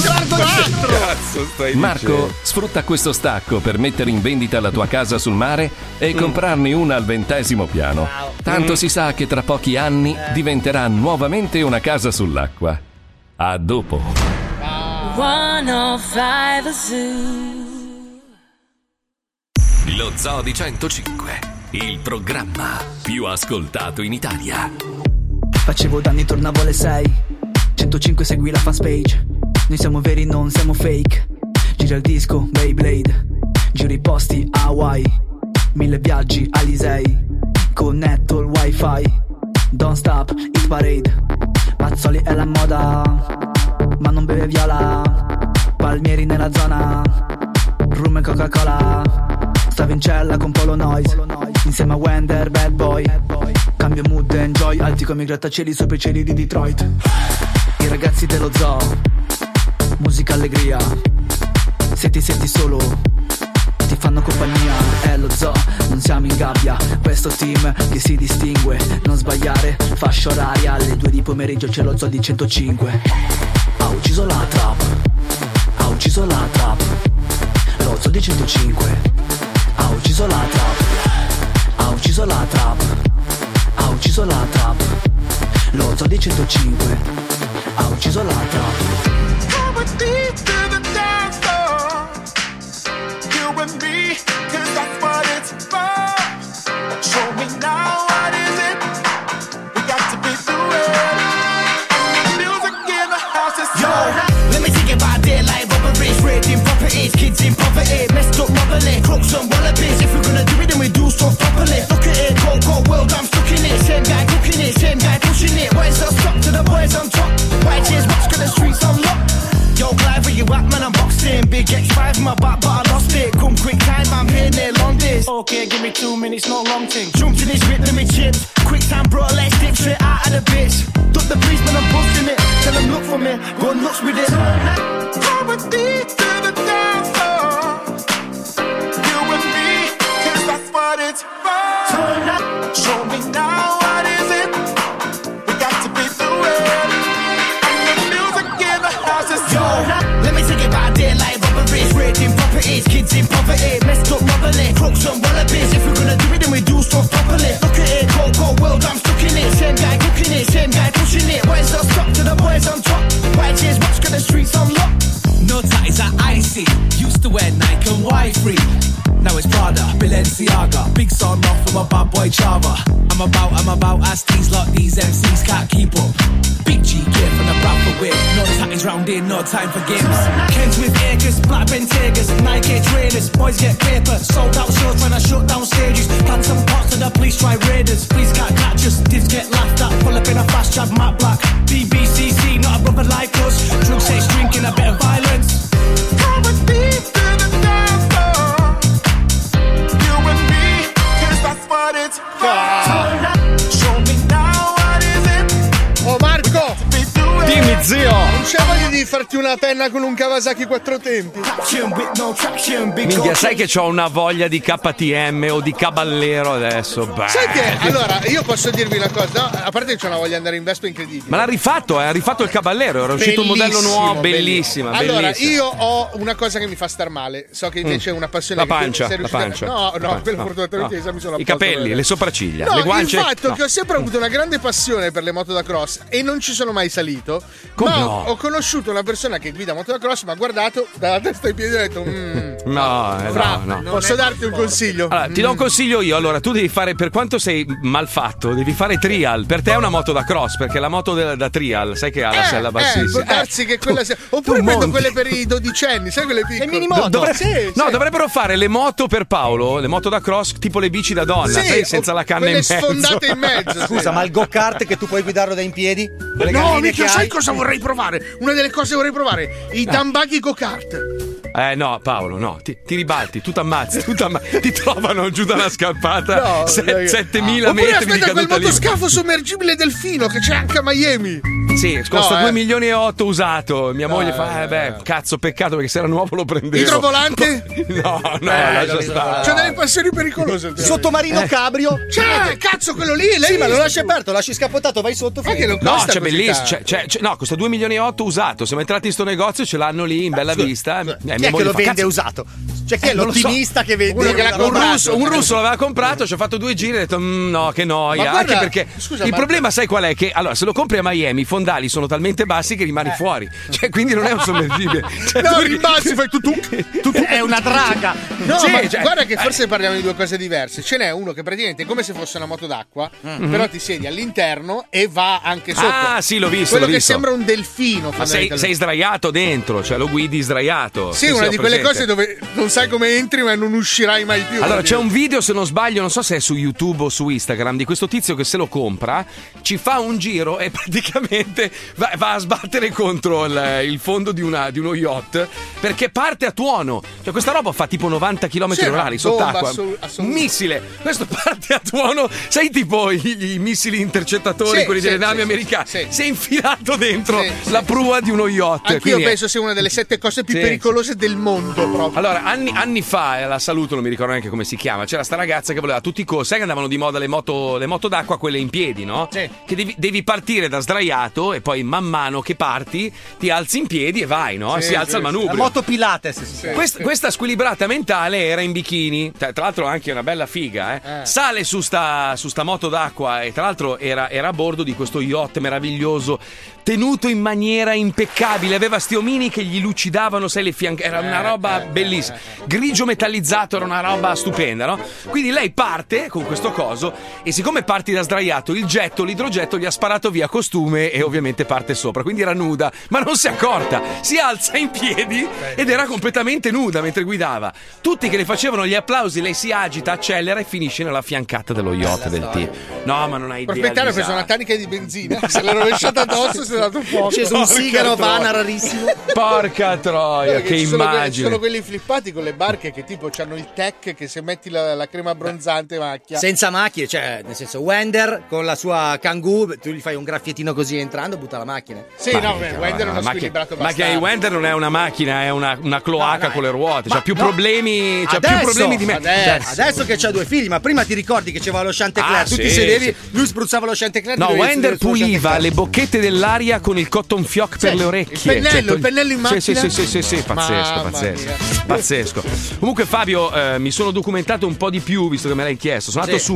Marco sfrutta questo stacco per mettere in vendita la tua casa sul mare e comprarne una al 20° piano. Tanto si sa che tra pochi anni diventerà nuovamente una casa sull'acqua. A dopo. 105 Lo Zoo di 105, il programma più ascoltato in Italia. Facevo danni, tornavo alle 6. 105 segui la fanpage. Noi siamo veri, non siamo fake. Gira il disco, Beyblade. Giro i posti, Hawaii. 1000 viaggi, Alisei. Connetto il wifi. Don't stop, hit parade. Mazzoli è la moda, ma non beve viola. Palmieri nella zona, rum e Coca-Cola. Stavo in cella con Polo Noise, insieme a Wender, Bad Boy. Cambio mood, enjoy, alti come i grattacieli sopra i cieli di Detroit. I ragazzi dello zoo, musica allegria. Se ti senti solo, ti fanno compagnia. È lo zoo, non siamo in gabbia. Questo team che si distingue. Non sbagliare, fascia oraria. Alle 2 di pomeriggio c'è lo zoo di 105. Ha ucciso la trap, ha ucciso la trap. Lo zoo di 105. Ha ucciso la trap, ha ucciso la trap, ha ucciso la trap. Lo zoo di 105. Ha ucciso la trap. Kids in poverty, messed up mobbly, crooks and wallabies. If we're gonna do it, then we do stuff properly. Look at it, cold, cold world, I'm stuck in it. Same guy cooking it, same guy pushing it. Where's the stop to the boys on top? White chairs, watch, got the streets on lock. Yo, Clive, where you at, man, I'm boxed in. Big X5 in my back, but I lost it. Come quick time, I'm here near long days. Okay, give me 2 minutes, no long thing. Jumped in his whip, let me chips. Quick time, bro, let's dip straight out of the bitch. Duck the breeze, man, I'm busting it. Tell them look for me, go nuts with it. Come with me to the dance floor. You and me, 'cause that's what it's for. Show me now, what is it? We got to be the way. And the music in the house is yo. Let me take it by daylight robberies, raiding properties, kids in poverty, messed up mobbly, crooks and wallabies. If we're gonna do it, then we do stuff properly. Look at it, cold, cold world, I'm stuck in it. Same guy cooking it, same guy pushing it. Where's the stop to the boys on top? White chairs, watch, got the streets on lock. No ties are icy. Used to wear Nike and Y3. Now it's Prada, Balenciaga. Big song off from a bad boy Chava. I'm about as these lot, these MCs can't keep up. Big G gear from the Bradford whip. No ties round here, no time for games. Kens with Acres, Black Bentegas, Nike trainers. Boys get paper, sold out shows when I shut down stages. Plant some pots to the police, try raiders. Please can't catch us, divs get laughed at. Pull up in a fast chat, Matt Black. BBCC, not a brother like us. Drug sex, drinking, a bit of violence. Come with me to the dance floor. You and me, 'cause that's what it's for. Show me now, what is it? Oh Marco! Dimmi zio! Non c'è voglia di farti una penna con un Kawasaki 4 tempi? Minchia, sai che c'ho una voglia di KTM o di Caballero adesso? Beh. Sai che, allora, io posso dirvi una cosa, no? A parte che c'ho una voglia di andare in Vespa incredibile. Ma l'ha rifatto, ha rifatto il Caballero, era uscito un modello nuovo, bellissima. Allora, io ho una cosa che mi fa star male, so che invece è una passione. La pancia, la pancia. No, quello fortunatamente mi sono I capelli, le sopracciglia, no, le guance. Il fatto che ho sempre avuto una grande passione per le moto da cross e non ci sono mai salito. Ma no? Ho conosciuto una persona che guida moto da cross, mi ha guardato dalla testa ai piedi e ha detto no. Posso darti un consiglio? Allora, ti do un consiglio io. Allora, tu devi fare, per quanto sei malfatto, devi fare trial. Per te è una moto da cross, perché la moto da trial, sai che ha la sella bassissima. Può darsi che quella sia. Oppure prendo quelle per i dodicenni, sai quelle piccole? Le mini moto. Dovrebbero fare le moto per Paolo, le moto da cross, tipo le bici da donna, sai, senza la canna in mezzo. Sfondate in mezzo. Scusa, ma il go-kart che tu puoi guidarlo da in piedi? No, mica, sai cosa vorrei provare? Una delle cose che vorrei provare, i Dambaghi go-kart. No, Paolo, no, ti ribalti, tu t'ammazzi, ti trovano giù dalla scarpata 7.000 metri aspetta, di caduta quel libera. motoscafo sommergibile delfino che c'è anche a Miami. Sì, costa 2,8 milioni usato. Mia moglie fa, cazzo, peccato perché se era nuovo lo prendevo. Idrovolante? No, lascia stare. C'è delle passioni pericolose. Sottomarino cabrio? Cazzo, quello lì, sì, ma lo lasci aperto, lasci scappottato, vai sotto. No, c'è bellissimo. No, costa 2,8 milioni usato. Siamo entrati in sto negozio, ce l'hanno lì in bella vista. Chi è che lo vende usato? Cioè chi è l'ottimista che vende? Un russo l'aveva comprato, ci ha fatto 2 giri e ha detto no, che noia. Anche perché il problema, sai qual è? Che allora se lo compri a Miami i fondali sono talmente bassi che rimani fuori. Cioè, quindi non è un sommergibile. No, rimbalzi, fai tu. È una draga. No, guarda che forse parliamo di due cose diverse. Ce n'è uno che praticamente è come se fosse una moto d'acqua, però ti siedi all'interno e va anche sotto. Ah, sì, l'ho visto. Quello che sembra un delfino. Ma sei sdraiato dentro, cioè lo guidi sdraiato. Sì, è una di quelle cose dove non sai come entri ma non uscirai mai più. Allora c'è un video, se non sbaglio, non so se è su YouTube o su Instagram, di questo tizio che se lo compra, ci fa un giro e praticamente va a sbattere contro il fondo di uno yacht, perché parte a tuono. Cioè questa roba fa tipo 90 km/h sott'acqua. Un missile. Questo parte a tuono, sai, tipo i missili intercettatori, quelli delle navi americane. Si è infilato dentro la prua di uno yacht. Anch'io penso sia una delle 7 cose più pericolose del mondo proprio. Allora, anni fa, la saluto, non mi ricordo neanche come si chiama, c'era sta ragazza che voleva a tutti i costi, sai che andavano di moda le moto d'acqua, quelle in piedi, no? Sì. Che devi partire da sdraiato e poi man mano che parti ti alzi in piedi e vai, no? Si alza il manubrio. La moto Pilates. Questa squilibrata mentale era in bikini, tra l'altro anche una bella figa, Sale su sta moto d'acqua e tra l'altro era a bordo di questo yacht meraviglioso, tenuto in maniera impeccabile, aveva sti omini che gli lucidavano, sai, le fianche, era una roba bellissima, grigio metallizzato, era una roba stupenda, no? Quindi lei parte con questo coso e siccome parti da sdraiato, l'idrogetto gli ha sparato via costume e ovviamente parte sopra, quindi era nuda, ma non si è accorta, si alza in piedi ed era completamente nuda mentre guidava. Tutti che le facevano gli applausi, lei si agita, accelera e finisce nella fiancata dello yacht del tipo. No, ma non hai idea. Prospettare ha preso una tanica di benzina, se l'è rovesciata addosso, si è dato fuoco. C'è un sigaro vana rarissimo. Porca troia, che immagine. Sono quelli flippati con le barche che tipo c'hanno il tech che se metti la crema abbronzante macchia. Senza macchie, cioè nel senso Wender con la sua Kangoo, tu gli fai un graffiettino così entrando, butta la macchina. Sì, Wender è uno squilibrato bastardo. Ma che Wender non è una macchina, è una cloaca con le ruote, c'ha più problemi, di me. Adesso che c'ha 2 figli, ma prima ti ricordi che c'era lo Chantecler, tu ti sedevi, lui spruzzava lo Chantecler. No, Wender puliva le bocchette dell'aria con il cotton fioc per le orecchie. Il pennello in macchina. Sì, pazzesco. Comunque Fabio, mi sono documentato un po' di più, visto che me l'hai chiesto. Sono andato su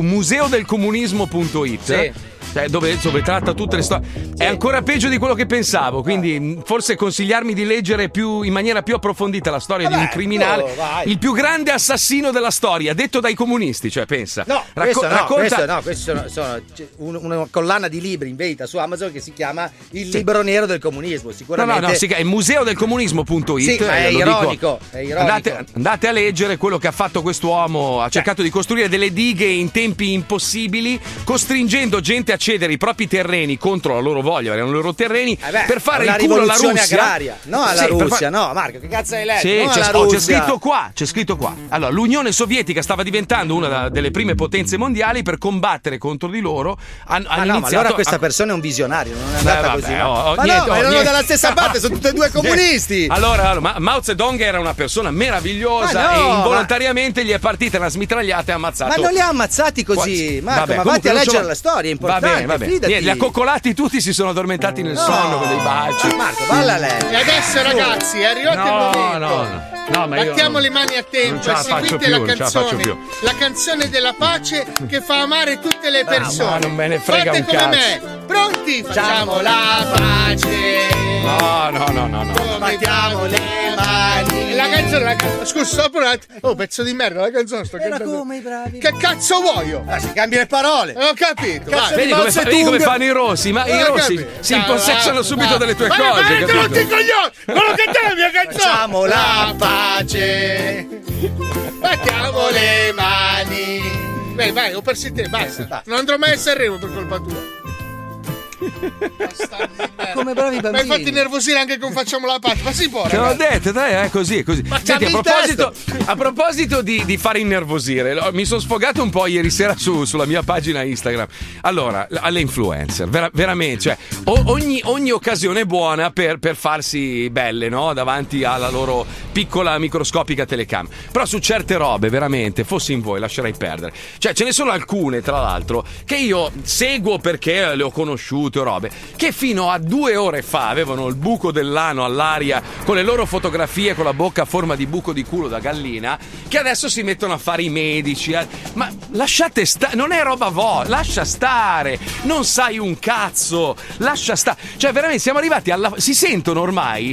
museodelcomunismo.it. Dove tratta tutte le storie. È ancora peggio di quello che pensavo, quindi forse consigliarmi di leggere in maniera più approfondita la storia di un criminale, il più grande assassino della storia, detto dai comunisti, cioè pensa. Questo sono una collana di libri in vendita su Amazon che si chiama Il libro nero del comunismo, sicuramente. È museodelcomunismo.it. Sì, ma è ironico. Andate a leggere quello che ha fatto quest'uomo, ha cercato di costruire delle dighe in tempi impossibili, costringendo gente a cedere i propri terreni contro la loro voglia, erano i loro terreni, per fare il culo alla Russia. Agraria. No alla Russia, no, Marco, che cazzo hai letto? Sì, c'è scritto qua. Allora, l'Unione Sovietica stava diventando una delle prime potenze mondiali, per combattere contro di loro hanno iniziato. Ma allora questa persona è un visionario, non è andata così. Ma erano dalla stessa parte, sono tutti e due comunisti. Allora, Mao Zedong era una persona meravigliosa e involontariamente gli è partita una smitragliata e ha ammazzato. Ma non li ha ammazzati così, Marco, ma vatti a leggere la storia, è importante. Va bene. Niente, li ha coccolati tutti, si sono addormentati nel sonno con dei baci. Marco, valla a lei. E adesso, ragazzi, è arrivato il momento. No, ma battiamo le mani a tempo e seguite la canzone. La canzone della pace che fa amare tutte le persone. Non me ne frega fate un come cazzo. me. Pronti? Facciamo la pace. No. Battiamo le mani. La canzone, scusa, sopra un attimo. Oh, pezzo di merda, la canzone sto cantando. Come i bravi. Che cazzo vuoi? Si cambia le parole. Ho capito. Vedi come fanno i rossi, ma i rossi si impossessano subito delle tue cose. Ma tutti i coglioni! Quello che te la mia canzone! Facciamo la pace. Battiamo le mani. Vai, ho perso te, basta. Non andrò mai a Sanremo per colpa tua. Come bravi bambini. Ma hai fatto innervosire anche con Facciamo la pace. Ma si può, te l'ho detto, dai, è così. Senti, a proposito di fare innervosire, mi sono sfogato un po' ieri sera sulla mia pagina Instagram. Allora, alle influencer, veramente, cioè ogni occasione è buona per farsi belle, no? Davanti alla loro piccola microscopica telecamera. Però su certe robe, veramente, fossi in voi, lascerei perdere. Cioè, ce ne sono alcune, tra l'altro, che io seguo perché le ho conosciute o robe, che fino a 2 ore fa avevano il buco dell'ano all'aria con le loro fotografie con la bocca a forma di buco di culo da gallina, che adesso si mettono a fare i medici. Ma lasciate stare, non è roba lascia stare, non sai un cazzo, lascia stare. Cioè veramente siamo arrivati si sentono ormai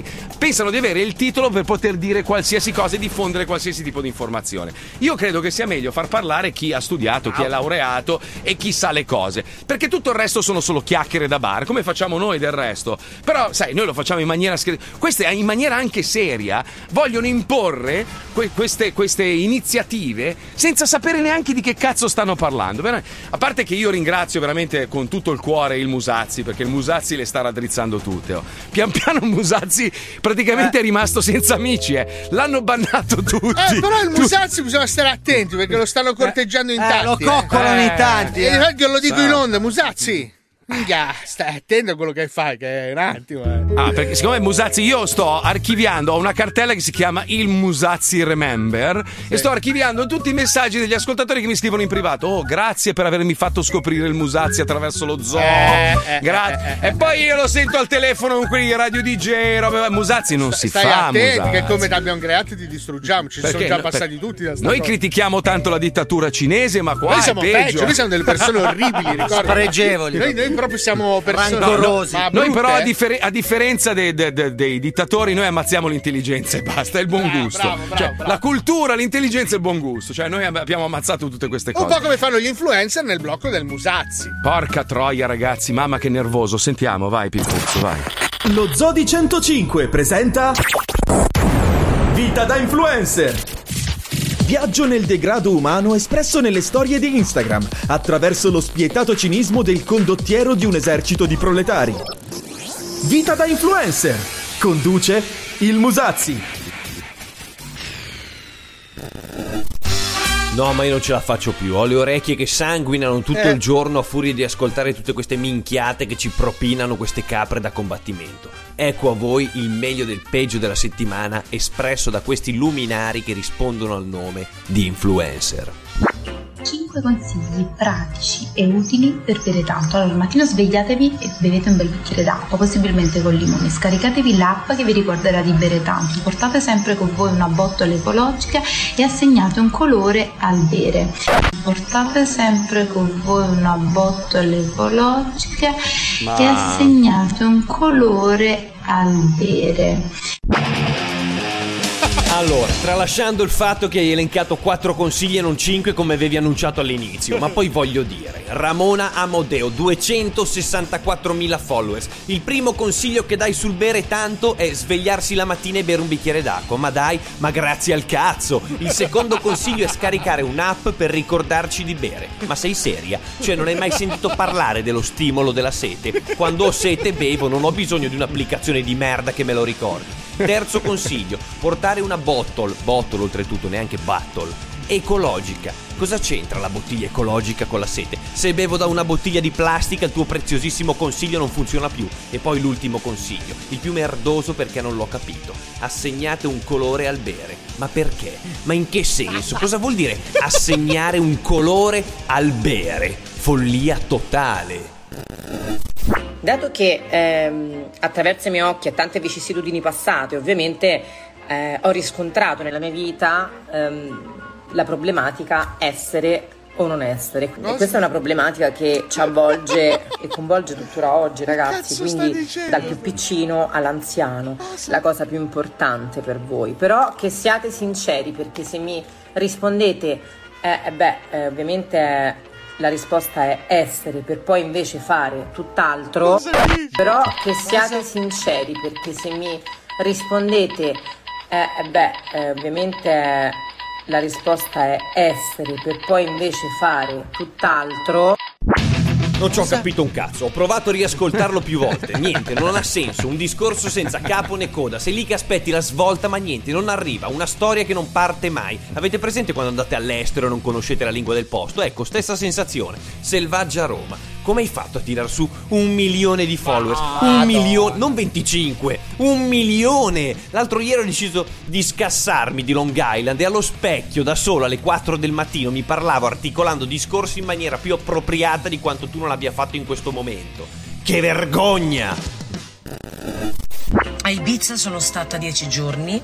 pensano di avere il titolo per poter dire qualsiasi cosa e diffondere qualsiasi tipo di informazione. Io credo che sia meglio far parlare chi ha studiato, chi è laureato e chi sa le cose, perché tutto il resto sono solo chiacchiere da bar, come facciamo noi del resto. Però sai, noi lo facciamo in maniera queste in maniera anche seria vogliono imporre queste iniziative senza sapere neanche di che cazzo stanno parlando. A parte che io ringrazio veramente con tutto il cuore il Musazzi, perché il Musazzi le sta raddrizzando tutte. Pian piano Musazzi praticamente è rimasto senza amici, l'hanno bannato tutti. Però il Musazzi bisogna stare attenti, perché lo stanno corteggiando in tanti. Lo coccolano in tanti. Io lo dico in onda, Musazzi. Stai attento a quello che fai, che è un attimo. Perché siccome Musazzi, io sto archiviando, ho una cartella che si chiama il Musazzi Remember, e sto archiviando tutti i messaggi degli ascoltatori che mi scrivono in privato. Oh, grazie per avermi fatto scoprire il Musazzi attraverso lo zoo. Grazie. E poi io lo sento al telefono con quelli radio DJ, roba. Musazzi non si fa. Attenti, che come ti abbiamo creato ti distruggiamo. Ci sono già passati tutti da noi critichiamo tanto la dittatura cinese, ma qua noi siamo peggio. Noi siamo delle persone orribili, ricordo. Spregevoli. Noi proprio siamo persone rancorosi. Noi però a differenza dei dittatori, noi ammazziamo l'intelligenza e basta, è il buon gusto. Bravo. La cultura, l'intelligenza e il buon gusto. Cioè noi abbiamo ammazzato tutte queste cose. Un po' come fanno gli influencer nel blocco del Musazzi. Porca troia, ragazzi, mamma che nervoso. Sentiamo, vai Pippuzzo, vai. Lo Zoo di 105 presenta Vita da Influencer. Viaggio nel degrado umano espresso nelle storie di Instagram attraverso lo spietato cinismo del condottiero di un esercito di proletari. Vita da Influencer. Conduce il Musazzi. No, ma io non ce la faccio più. Ho le orecchie che sanguinano tutto il giorno a furia di ascoltare tutte queste minchiate che ci propinano queste capre da combattimento. Ecco a voi il meglio del peggio della settimana espresso da questi luminari che rispondono al nome di influencer. 5 consigli pratici e utili per bere tanto. Allora, al mattino svegliatevi e bevete un bel bicchiere d'acqua, possibilmente con limone. Scaricatevi l'app che vi ricorderà di bere tanto. Portate sempre con voi una botola ecologica e assegnate un colore al bere. Portate sempre con voi una botola ecologica e assegnate un colore al bere. Allora, tralasciando il fatto che hai elencato 4 consigli e non 5 come avevi annunciato all'inizio, ma poi voglio dire, Ramona Amodeo, 264.000 followers. Il primo consiglio che dai sul bere tanto è svegliarsi la mattina e bere un bicchiere d'acqua. Ma dai, ma grazie al cazzo. Il secondo consiglio è scaricare un'app per ricordarci di bere. Ma sei seria? Cioè non hai mai sentito parlare dello stimolo della sete? Quando ho sete bevo, non ho bisogno di un'applicazione di merda che me lo ricordi. Terzo consiglio, portare una bottle oltretutto, neanche battle, ecologica. Cosa c'entra la bottiglia ecologica con la sete? Se bevo da una bottiglia di plastica il tuo preziosissimo consiglio non funziona più. E poi l'ultimo consiglio, il più merdoso perché non l'ho capito. Assegnate un colore al bere. Ma perché? Ma in che senso? Cosa vuol dire assegnare un colore al bere? Follia totale. Dato che attraverso i miei occhi e tante vicissitudini passate, ovviamente ho riscontrato nella mia vita la problematica essere o non essere. E questa è una problematica che ci avvolge e coinvolge tuttora oggi, ragazzi, quindi dal più piccino all'anziano, la cosa più importante per voi. Però che siate sinceri, perché se mi rispondete ovviamente la risposta è essere per poi invece fare tutt'altro, però che siate sinceri, perché se mi rispondete ovviamente la risposta è essere per poi invece fare tutt'altro. Non ci ho capito un cazzo, ho provato a riascoltarlo più volte, niente, non ha senso, un discorso senza capo né coda, sei lì che aspetti la svolta ma niente, non arriva, una storia che non parte mai. Avete presente quando andate all'estero e non conoscete la lingua del posto? Ecco, stessa sensazione, Selvaggia Roma. Come hai fatto a tirar su 1 milione di followers? 1 milione, non 25, 1 milione! L'altro ieri ho deciso di scassarmi di Long Island e allo specchio da solo alle 4 del mattino mi parlavo articolando discorsi in maniera più appropriata di quanto tu non abbia fatto in questo momento. Che vergogna! A Ibiza sono stata 10 giorni,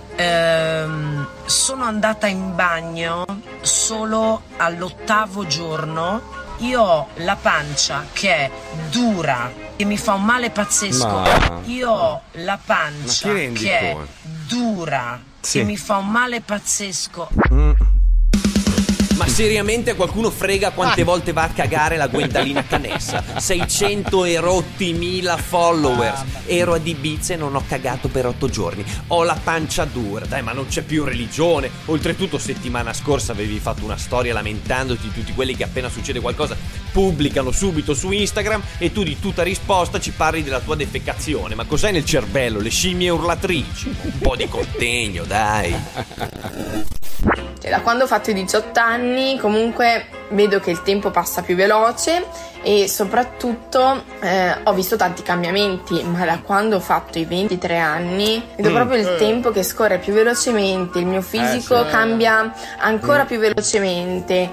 sono andata in bagno solo all'8° giorno Io ho la pancia che è dura e mi fa un male pazzesco. Io ho la pancia che è dura e mi fa un male pazzesco. Ma seriamente qualcuno frega quante volte va a cagare la Gwendalina Canessa? 600 e rotti mila followers. Ero ad Ibiza e non ho cagato per 8 giorni. Ho la pancia dura. Dai, ma non c'è più religione. Oltretutto settimana scorsa avevi fatto una storia lamentandoti di tutti quelli che appena succede qualcosa pubblicano subito su Instagram e tu di tutta risposta ci parli della tua defecazione. Ma cos'hai nel cervello? Le scimmie urlatrici? Un po' di contegno, dai. Cioè, da quando ho fatto i 18 anni comunque vedo che il tempo passa più veloce e soprattutto ho visto tanti cambiamenti, ma da quando ho fatto i 23 anni vedo proprio il tempo che scorre più velocemente, il mio fisico cambia ancora più velocemente.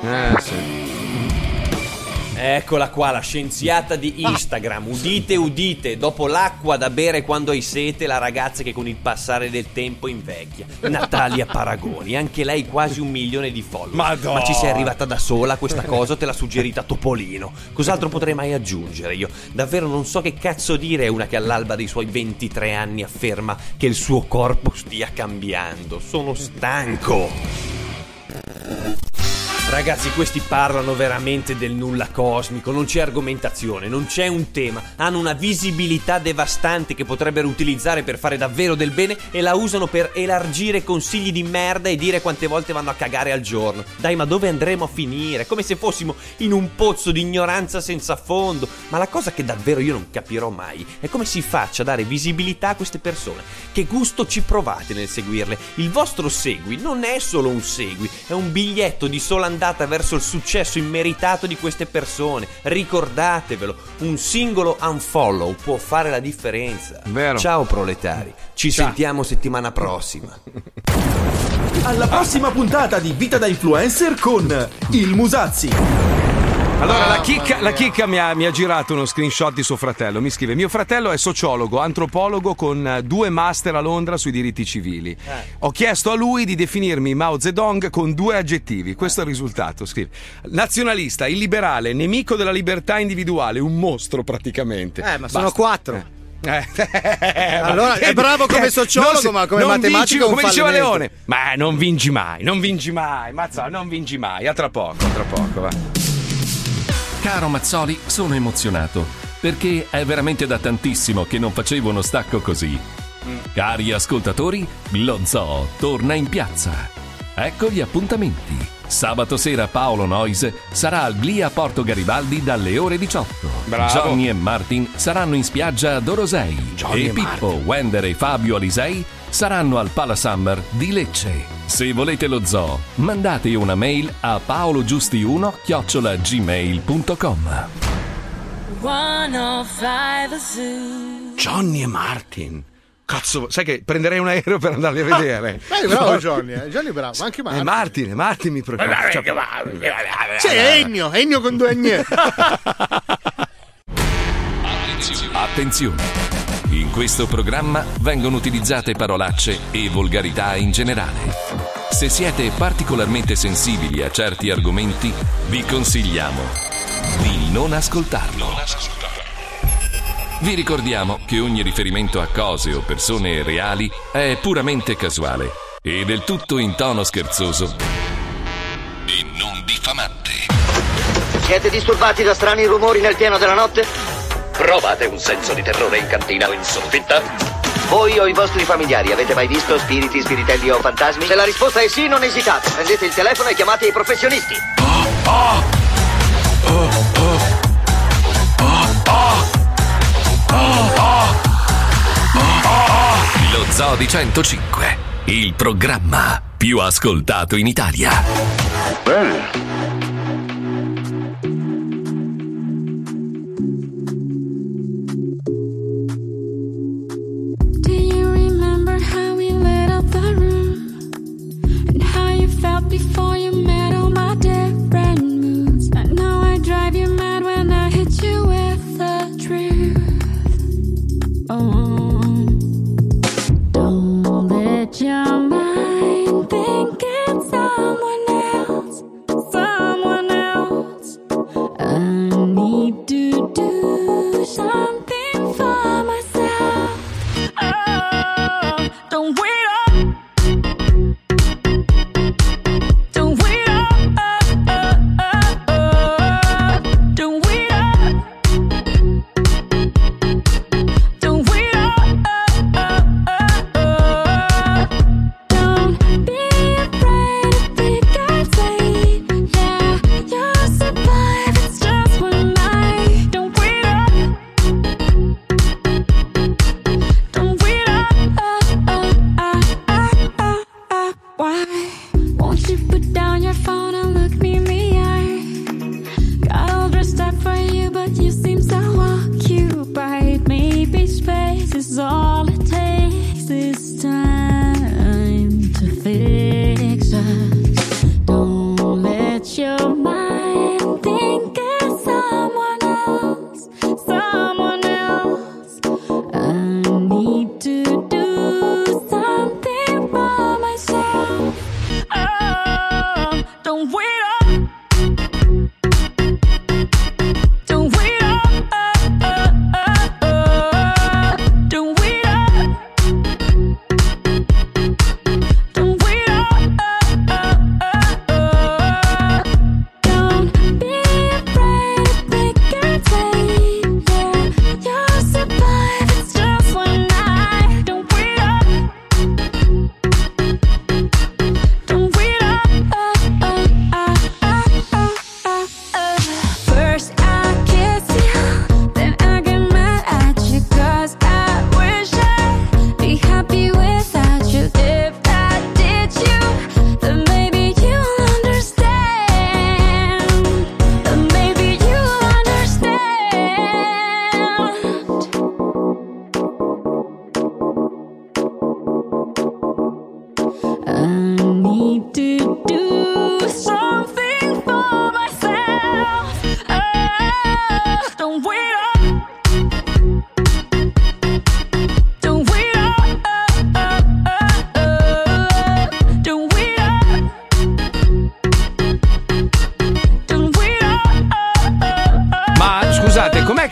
Eccola qua, la scienziata di Instagram. Udite, udite, dopo l'acqua da bere quando hai sete, la ragazza che con il passare del tempo invecchia. Natalia Paragoni, anche lei quasi 1 milione di follower. Ma ci sei arrivata da sola a questa cosa o te l'ha suggerita Topolino? Cos'altro potrei mai aggiungere io? Davvero non so che cazzo dire a una che all'alba dei suoi 23 anni afferma che il suo corpo stia cambiando. Sono stanco. Ragazzi, questi parlano veramente del nulla cosmico, non c'è argomentazione, non c'è un tema, hanno una visibilità devastante che potrebbero utilizzare per fare davvero del bene e la usano per elargire consigli di merda e dire quante volte vanno a cagare al giorno. Dai, ma dove andremo a finire? Come se fossimo in un pozzo di ignoranza senza fondo. Ma la cosa che davvero io non capirò mai è come si faccia a dare visibilità a queste persone. Che gusto ci provate nel seguirle? Il vostro segui non è solo un segui, è un biglietto di sola andata verso il successo immeritato di queste persone. Ricordatevelo, un singolo unfollow può fare la differenza. Vero. Ciao proletari, ci sentiamo settimana prossima. Alla prossima puntata di Vita da Influencer con il Musazzi. Allora la chicca mi ha girato uno screenshot di suo fratello. Mi scrive: mio fratello è sociologo, antropologo con 2 master a Londra sui diritti civili. Ho chiesto a lui di definirmi Mao Zedong con 2 aggettivi. Questo è il risultato. Scrive: nazionalista, illiberale, nemico della libertà individuale, un mostro praticamente. Ma sono 4. Allora è bravo come sociologo, ma come matematico come diceva Leone. Ma non vinci mai, Mazzola, non vinci mai. A tra poco, va. Caro Mazzoli, sono emozionato perché è veramente da tantissimo che non facevo uno stacco così. Cari ascoltatori, lo Zoo torna in piazza. Ecco gli appuntamenti. Sabato sera Paolo Noyes sarà al Glia Porto Garibaldi dalle ore 18. Bravo. Johnny e Martin saranno in spiaggia a Dorosei. Johnny e Pippo, Wender e Fabio Alisei saranno al Pala Summer di Lecce. Se volete lo zoo, mandate una mail a paologiusti1@gmail.com. Johnny e Martin. Cazzo, sai che prenderei un aereo per andarli a vedere. Bravo Johnny è bravo, anche Martin. Martin mi preoccupa. Sì, Ennio con 2 N. Attenzione! In questo programma vengono utilizzate parolacce e volgarità in generale. Se siete particolarmente sensibili a certi argomenti, vi consigliamo di non ascoltarlo. Vi ricordiamo che ogni riferimento a cose o persone reali è puramente casuale e del tutto in tono scherzoso e non diffamante. Siete disturbati da strani rumori nel pieno della notte? Provate un senso di terrore in cantina o in soffitta? Voi o i vostri familiari avete mai visto spiriti, spiritelli o fantasmi? Se la risposta è sì, non esitate. Prendete il telefono e chiamate i professionisti. Lo Zoo di 105, il programma più ascoltato in Italia. Bene. Before you met all my different moods, and now I drive you mad when I hit you with the truth. Oh, don't let your mind think it's someone else.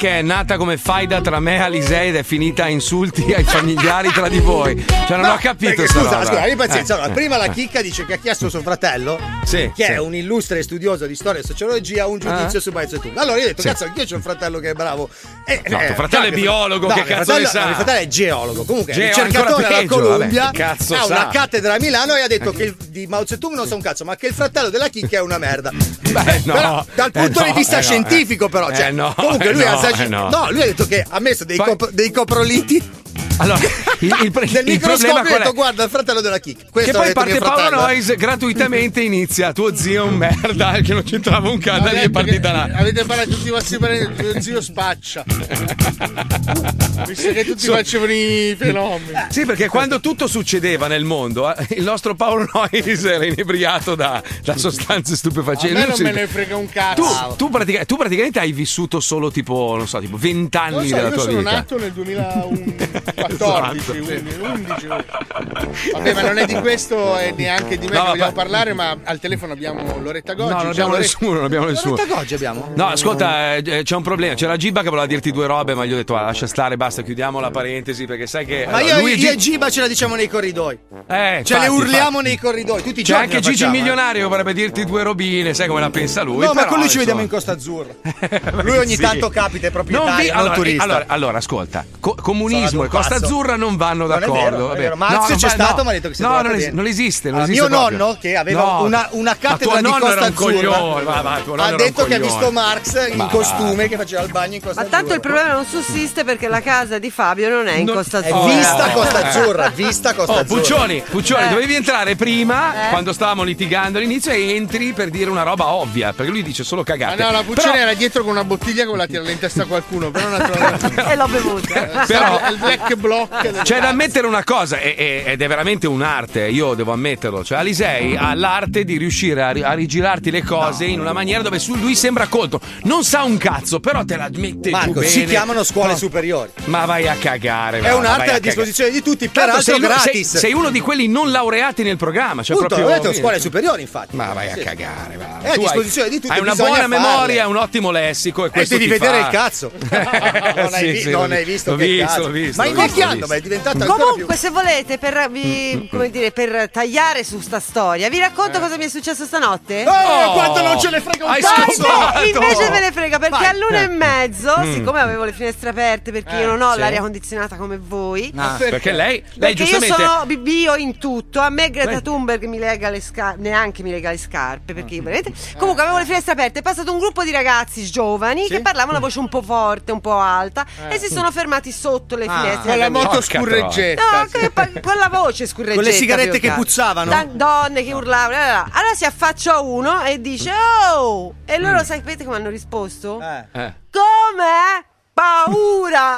che è nata come faida tra me e Alisei ed è finita a insulti ai familiari tra di voi. Cioè, non ho capito. Scusa, abbi pazienza. Allora, prima la chicca dice che ha chiesto suo fratello, che è un illustre studioso di storia e sociologia, un giudizio su Mao Zedong. Allora io ho detto, cazzo, anch'io c'ho un fratello che è bravo. No, tuo fratello è biologo, che cazzo ne sa? Mio fratello è geologo, comunque è ricercatore alla Columbia, ha una cattedra a Milano e ha detto che di Mao Zedong non sa un cazzo, ma che il fratello della chicca è una merda. Però, dal punto di vista scientifico, però, cioè, comunque lui lui ha detto che ha messo dei coproliti. Allora, nel microscopio ha detto, guarda il fratello della chicca. Che poi parte Paolo Noyes gratuitamente inizia tuo zio è un merda che non c'entrava un cazzo, è partita là. Avete parlato tutti i vostri parenti, tuo zio spaccia. Visto che tutti facevano i fenomeni. Sì, perché quando tutto succedeva nel mondo, il nostro Paolo Noyes era inebriato da sostanze stupefacenti. A me non me ne frega un cazzo. Tu praticamente hai vissuto solo tipo 20 anni della tua vita. Io sono nato nel 2014, 11. Vabbè, ma non è di questo e neanche di me che vogliamo parlare, ma al telefono abbiamo Loretta Goggi. No, non abbiamo nessuno. Loretta Goggi abbiamo? No, ascolta, c'è un problema. C'è la Giba che voleva dirti due robe, ma gli ho detto lascia stare, basta, chiudiamo la parentesi, perché sai che... Ma io e Giba ce la diciamo nei corridoi. Le urliamo nei corridoi tutti i giorni. C'è anche Gigi il milionario vorrebbe dirti due robine, sai come la pensa lui. No, ma con lui ci vediamo in Costa Azzurra. Lui ogni tanto capita, è proprietario, non turista. Allora, ascolta, comunismo e Costa Azzurra non vanno d'accordo. Non è vero. Marx c'è stato, ma ha detto che si non esiste. Mio nonno, che aveva una cattedra di Costa Azzurra, ha detto che ha visto Marx in costume che faceva il bagno in Costa Azzurra. Ma tanto il problema non sussiste perché la casa di Fabio non è in Costa Azzurra. È vista Costa Azzurra, vista Costa Azzurra. Puccioni, dovevi entrare prima, quando stavamo litigando all'inizio, e entri per dire una roba ovvia, perché lui dice solo cagate. Ma no, la Puccioni era dietro con una bottiglia che voleva tirare in testa a qualcuno, però non ha trovato. E l'ho bevuta. Però è il black block. C'è da ammettere una cosa, ed è veramente un'arte, io devo ammetterlo. Cioè, Alisei ha l'arte di riuscire a rigirarti le cose in una maniera dove lui sembra colto. Non sa un cazzo, però te la mette giù bene. Si chiamano scuole superiori. Ma vai a cagare. È un'arte a disposizione di tutti, peraltro gratis. Sei uno di quelli non laureati nel programma. Cioè appunto, ho detto scuole superiori, infatti. Ma vai a cagare. Va. È a disposizione di tutti. Hai una buona memoria, un ottimo lessico. E devi vedere il cazzo. Non hai visto che cazzo. Ma invecchiando, ma è diventato ancora più. Comunque, se volete, per tagliare su sta storia, vi racconto cosa mi è successo stanotte? Quanto non ce ne frega un cazzo! Invece me ne frega, perché all'1:30, siccome avevo le finestre aperte, perché io non ho l'aria condizionata come voi, perché lei io giustamente sono bio in tutto. A me Greta Thunberg mi lega le scarpe, neanche mi lega le scarpe, perché veramente. Comunque avevo le finestre aperte, è passato un gruppo di ragazzi giovani che parlavano a voce un po' forte, un po' alta, e si sono fermati sotto le finestre. Con la moto scurreggetta. No, con la voce scurreggetta. Con le sigarette che puzzavano. Donne che urlavano. Allora si affaccia uno e dice: oh! E loro sapete come hanno risposto? Come? Paura!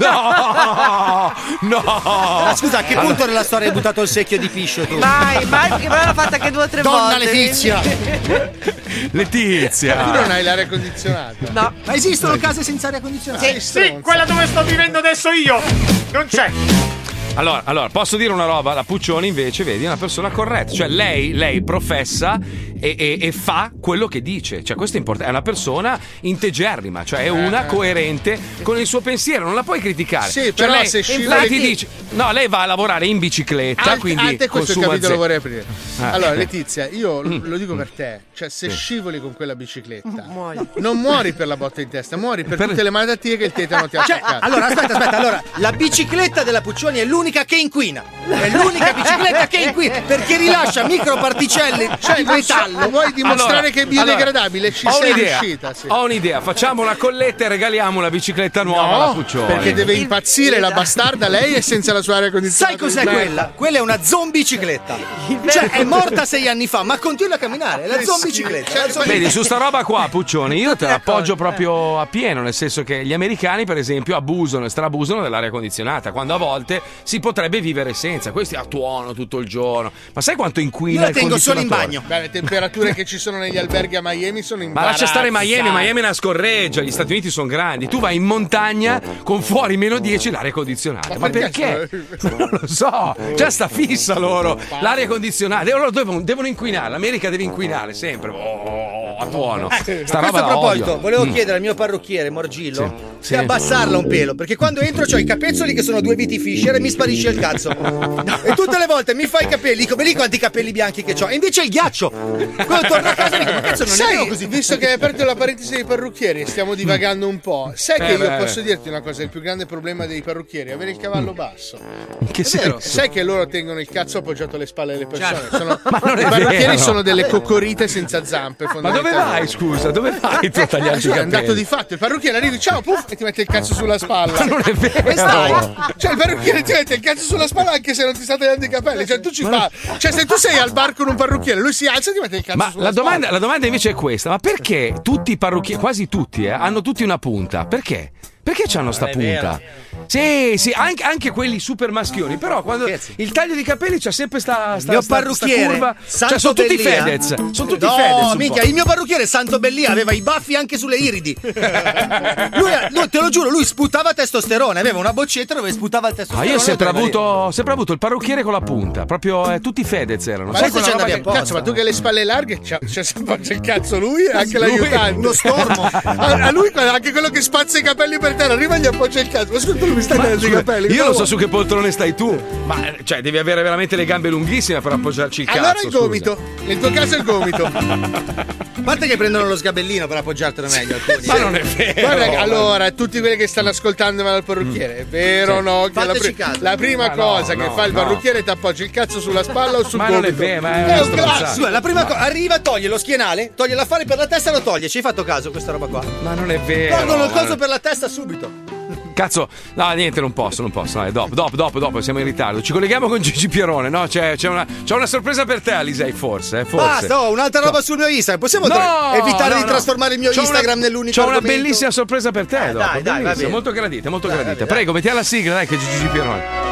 No! Ma scusa, a che punto nella storia hai buttato il secchio di piscio tu? Mai, perché me l'hanno fatta anche 2 o 3 volte. Donna Letizia! Letizia! Tu non hai l'aria condizionata? No. Ma esistono case senza aria condizionata? Sì, quella dove sto vivendo adesso io! Non c'è! Allora, posso dire una roba? La Puccioni invece, vedi, è una persona corretta. Cioè, lei professa e fa quello che dice. Cioè, questo è importante. È una persona integerrima, cioè è una coerente con il suo pensiero. Non la puoi criticare. Sì, però lei, se scivoli... ti dice... No, lei va a lavorare in bicicletta, quindi questo capitolo lo vorrei aprire. Allora, ok. Letizia, io lo dico per te. Cioè, se scivoli con quella bicicletta, non muori per la botta in testa, muori per tutte le malattie che il tetano ti ha attaccato. Allora, aspetta. Allora, la bicicletta della Puccioni è l'unica che inquina. È l'unica bicicletta che inquina, perché rilascia microparticelle di metallo. Vuoi dimostrare che è biodegradabile? Ci sei riuscita. Sì. Ho un'idea, facciamo una colletta e regaliamo una bicicletta nuova alla Puccioni. Perché deve impazzire la bastarda, lei è senza la sua aria condizionata. Sai cos'è quella? Quella è una zombicicletta. Cioè, è morta 6 anni fa, ma continua a camminare. È la zombicicletta. Vedi, su sta roba qua, Puccioni, io te l'appoggio proprio a pieno, nel senso che gli americani, per esempio, abusano e strabusano dell'aria condizionata, quando a volte si potrebbe vivere senza. Questi a tuono tutto il giorno. Ma sai quanto inquina? Io la tengo solo in bagno. Beh, le temperature che ci sono negli alberghi a Miami sono in Ma lascia stare Miami è una scorreggia, gli Stati Uniti sono grandi. Tu vai in montagna con fuori -10 l'aria condizionata. Ma perché? Non lo so, già sta fissa loro. L'aria condizionata, loro devono inquinare, l'America deve inquinare sempre. buono. A questo proposito, volevo chiedere al mio parrucchiere Morgillo di abbassarla un pelo, perché quando entro c'ho i capezzoli che sono 2 viti Fisher e mi sparisce il cazzo. E tutte le volte mi fa i capelli, dico, vedi quanti capelli bianchi che c'ho, e invece è il ghiaccio. Quando torno a casa dico, ma cazzo non è vero così. Visto che hai aperto la parentesi dei parrucchieri, stiamo divagando un po'. Sai che io posso dirti una cosa, il più grande problema dei parrucchieri è avere il cavallo basso. Che senso? Sai che loro tengono il cazzo appoggiato alle spalle delle persone. I parrucchieri sono delle coccorite senza zampe. Ma dove vai, scusa? Dove vai tu a tagliarci i capelli? È un dato di fatto. Il parrucchiere arrivi, ciao, puff, e ti mette il cazzo sulla spalla. Ma non è vero. E stai. Cioè, il parrucchiere ti mette il cazzo sulla spalla anche se non ti sta tagliando i capelli. Cioè, tu ci fa. Cioè, se tu sei al bar con un parrucchiere, lui si alza e ti mette il cazzo sulla spalla. La domanda invece è questa: ma perché tutti i parrucchieri, quasi tutti, hanno tutti una punta? Perché? Perché c'hanno sta punta? Sì, anche quelli super maschioni, però quando il taglio di capelli c'ha sempre sta curva. Cioè, sono tutti Fedez. Sono tutti Fedez. No, mica, il mio parrucchiere Santo Bellia aveva i baffi anche sulle iridi. lui, te lo giuro, lui sputava testosterone, aveva una boccetta dove sputava il testosterone. Io ho sempre avuto il parrucchiere con la punta, proprio tutti Fedez erano. Ma sai cazzo, ma tu che hai le spalle larghe, c'è il cazzo lui e anche l'aiutante. Uno stormo. A lui anche quello che spazza i capelli per terra, arriva e gli appoggia il cazzo. Ma scusa, lui mi sta tagliando i capelli. Io non so su che poltrone stai tu, ma cioè devi avere veramente le gambe lunghissime per appoggiarci il cazzo. Allora il gomito. Nel tuo caso è il gomito. A parte che prendono lo sgabellino per appoggiartelo meglio alcuni. Ma non è vero. Guarda, allora, tutti quelli che stanno ascoltando dal parrucchiere, è vero o no? Che la prima cosa che fa il parrucchiere è ti appoggia il cazzo sulla spalla o sul gomito. Ma non è vero, ma è un classico. La prima cosa, arriva, toglie lo schienale, toglie l'affare per la testa e lo toglie. Ci hai fatto caso questa roba qua? Ma non è vero. Tolgono il coso per la testa subito. Cazzo, no, niente, non posso. Dopo, siamo in ritardo. Ci colleghiamo con Gigi Pierone, no? C'è una sorpresa per te, Alisei, forse. Basta, un'altra roba sul mio Instagram. Possiamo evitare di trasformare il mio Instagram nell'unico argomento? C'ho una bellissima sorpresa per te, dopo. Dai, va bene. Molto gradita, molto gradita. Prego, metti la sigla, dai, che Gigi Pierone.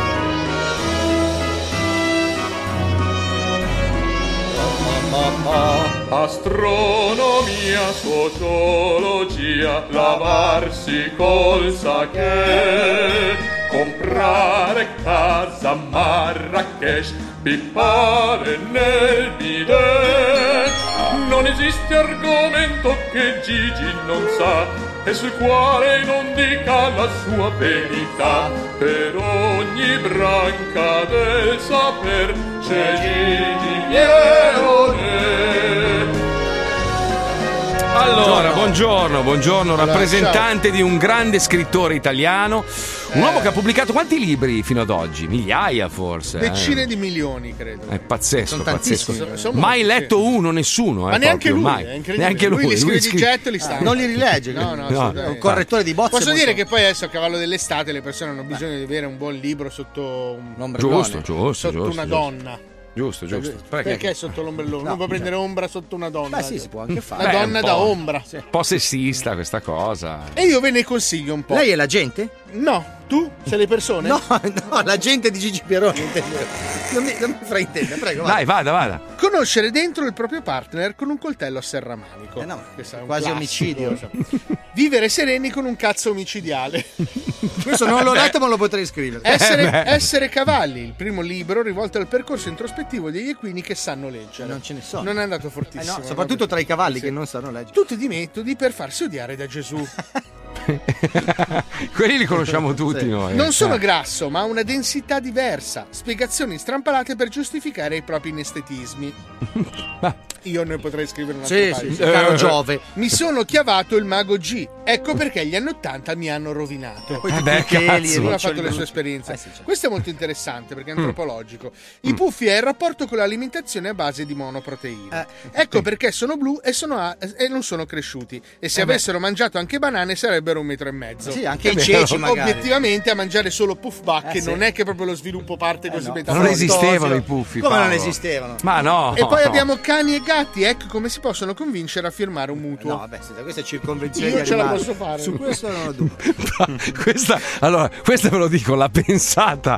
Astronomia, sociologia, lavarsi col sake, comprare casa a Marrakesh, pippare nel bidet. Non esiste argomento che Gigi non sa e sul quale non dica la sua verità. Per ogni branca del saper c'è Gigi Pierone. Allora, buongiorno, rappresentante di un grande scrittore italiano, un uomo che ha pubblicato quanti libri fino ad oggi? Migliaia forse. Decine di milioni, credo. È pazzesco, pazzesco. Sono mai letto uno, nessuno. Ma neanche lui, mai. È incredibile. Neanche lui li scrive di getto e li sta. Non li rilegge. No, è un correttore di bozze. Posso dire che poi adesso a cavallo dell'estate le persone hanno bisogno di avere un buon libro sotto un ombrellone. Giusto, una donna. Giusto. Perché sotto l'ombrellone? Non può prendere ombra sotto una donna. Beh, sì, si può anche fare. La donna da ombra. Un po' sessista questa cosa. E io ve ne consiglio un po'. Lei è la gente? No, tu sei le persone? No, la gente di Gigi Pierone. Non mi fraintende, prego. Dai, vada. Conoscere dentro il proprio partner con un coltello a serramanico. No, questo è un quasi classico. omicidio. Vivere sereni con un cazzo omicidiale. Questo non l'ho letto, ma lo potrei scrivere. Essere cavalli, il primo libro rivolto al percorso introspettivo degli equini che sanno leggere. Non ce ne sono. Non è andato fortissimo. No, soprattutto tra i cavalli che non sanno leggere. Tutti di metodi per farsi odiare da Gesù. Quelli li conosciamo tutti noi. Non sono grasso, ma ha una densità diversa. Spiegazioni strampalate per giustificare i propri inestetismi. Io ne potrei scrivere una sì, caro Giove. Mi sono chiavato il mago G. Ecco perché gli anni '80 mi hanno rovinato. Poi lui ha fatto le sue esperienze. Questo è molto interessante perché è antropologico. I puffi è il rapporto con l'alimentazione a base di monoproteine. Ecco perché sono blu e non sono cresciuti. E se avessero mangiato anche banane sarebbero 1,5 metri. Sì, anche i ceci magari. Obiettivamente a mangiare solo puff bacche non è che proprio lo sviluppo parte così metaforico. Non esistevano i puffi. Come non esistevano? Ma no. E poi abbiamo cani e gatti. Ecco come si possono convincere a firmare un mutuo. No, vabbè, questa è circonvenzione di animali. posso fare. Su questo non ho dubbi. Questa ve lo dico, l'ha pensata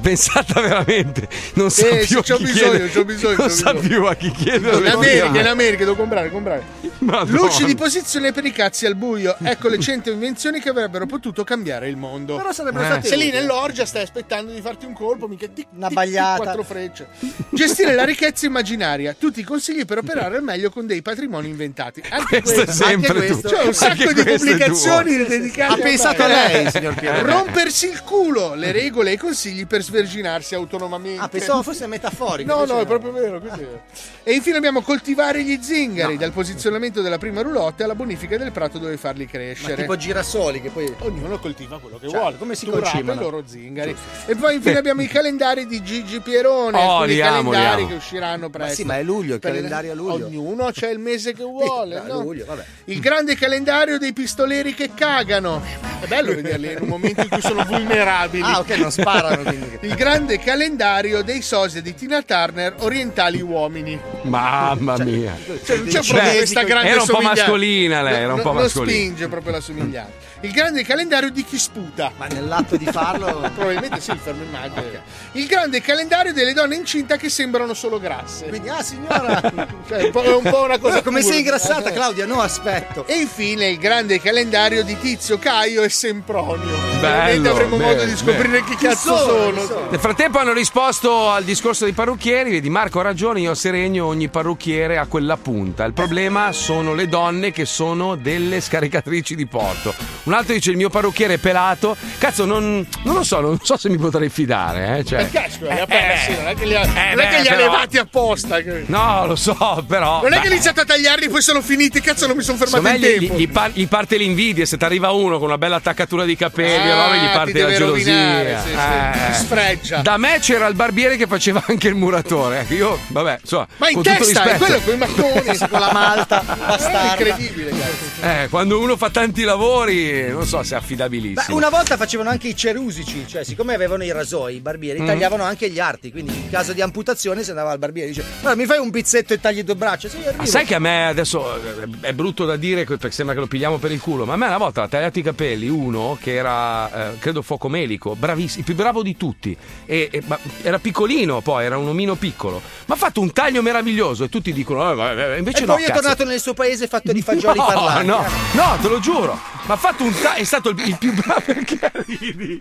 veramente. Non sa più c'ho bisogno. Non sa più a chi chiedere. In America devo comprare. Madonna. Luci di posizione per i cazzi al buio. Ecco le 100 invenzioni che avrebbero potuto cambiare il mondo. Però sarebbero state sei lì utili. nell'orgia, stai aspettando di farti un colpo, mica una bagliata, 4 frecce. Gestire la ricchezza immaginaria. Tutti i consigli per operare al meglio con dei patrimoni inventati. Anche questo è sempre tu. C'è un sacco di pubblicazioni dedicate ha pensato a lei, signor Piero. Rompersi il culo, le regole e i consigli per sverginarsi autonomamente. Pensavo fosse metaforico. No, è proprio vero, così. E infine abbiamo coltivare gli zingari, dal posizionamento della prima roulotte alla bonifica del prato dove farli crescere. Ma tipo girasoli che poi ognuno coltiva quello che vuole. Come si concimano i loro zingari. E poi infine abbiamo i calendari di Gigi Pierone, alcuni calendari che usciranno presto. Ma sì, ma è luglio, il calendario a luglio. Ognuno c'è il mese che vuole, no? Luglio, vabbè. Il grande calendario dei pistoleri che cagano. È bello vederli in un momento in cui sono vulnerabili. Ok, non sparano quindi. Il grande calendario dei sosia di Tina Turner, orientali uomini. Mamma mia. Non c'è proprio questa grande era un po' somiglianza. mascolina lei, era un po' mascolina. Non spinge proprio la somiglianza. Il grande calendario di chi sputa. Ma nell'atto di farlo probabilmente sì, il fermo immagine. Okay. Il grande calendario delle donne incinta che sembrano solo grasse. Quindi signora, cioè, è un po' una cosa. Come sei ingrassata, Claudia? No, aspetto. E infine il grande calendario di Tizio, Caio e Sempronio. Bello, avremo modo di scoprire chi cazzo sono. Nel frattempo hanno risposto al discorso dei parrucchieri. Vedi, Marco ha ragione, io seregno, ogni parrucchiere ha quella punta. Il problema sono le donne che sono delle scaricatrici di porto. Un altro dice il mio parrucchiere è pelato. Cazzo, non lo so, non so se mi potrei fidare, Cioè, cazzo, li ha persi, non è che li ha levati apposta. No, lo so, però. Non è che ha iniziato a tagliarli, poi sono finiti, cazzo, non mi sono fermato in tempo. Gli parte l'invidia, se ti arriva uno con una bella attaccatura di capelli, allora gli parte la gelosia. Sì. Sfreggia. Da me c'era il barbiere che faceva anche il muratore. Io, vabbè, insomma. Ma in testa è quello con i mattoni, con la malta, bastarda. È incredibile, cazzo. Quando uno fa tanti lavori, non so se è affidabilissimo. Beh, una volta facevano anche i cerusici, cioè siccome avevano i rasoi, i barbieri tagliavano anche gli arti, quindi in caso di amputazione si andava al barbiere e dice: guarda, mi fai un pizzetto e tagli 2 braccia? Sì, sai che a me adesso è brutto da dire perché sembra che lo pigliamo per il culo, ma a me una volta ha tagliato i capelli uno che era credo fuocomelico, bravissimo, il più bravo di tutti, ma era piccolino, poi era un omino piccolo, ma ha fatto un taglio meraviglioso e tutti dicono invece e no, poi è tornato nel suo paese fatto di fagioli parlanti. No, te lo giuro, ma ha fatto è stato il più bravo. Perché ridi?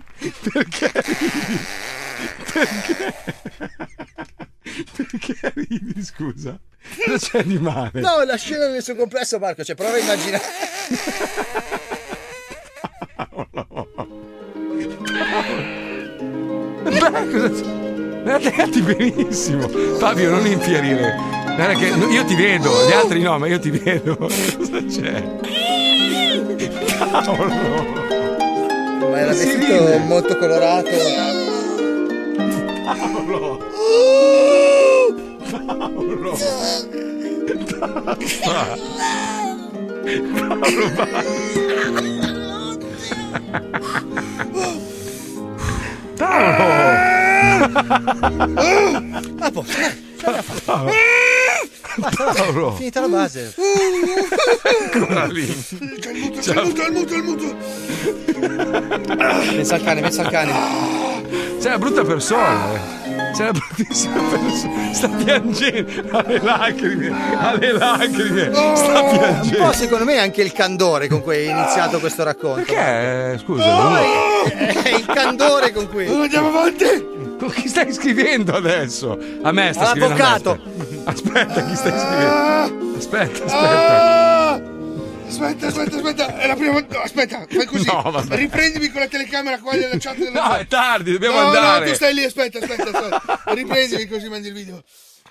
Perché ridi, scusa? Cosa c'è di male? No, la scena nel suo complesso, Marco, cioè prova a immaginare. Beh, cosa c'è? Me la legati benissimo. Fabio, non infierire. Guarda che io ti vedo, gli altri no, ma io ti vedo. Cosa c'è? Cavolo. Ma era vestito molto colorato. Paolo. Paolo. Finita la base. Ancora lì. C'è il mutuo. Pensa al cane. Sei una brutta persona. Sei una bruttissima persona. Sta piangendo. Ha le lacrime. Sta piangendo. Un po' secondo me anche il candore con cui è iniziato questo racconto. Perché? Scusa. È il candore con cui. Andiamo avanti. Con chi stai scrivendo adesso? A me sta scrivendo. All'avvocato. Aspetta, chi stai scrivendo? Aspetta. Aspetta, è la prima volta. Aspetta, fai così. No, riprendimi con la telecamera qua nella chat della No, è tardi, dobbiamo andare. No, tu stai lì, aspetta. Riprendimi così mandi il video.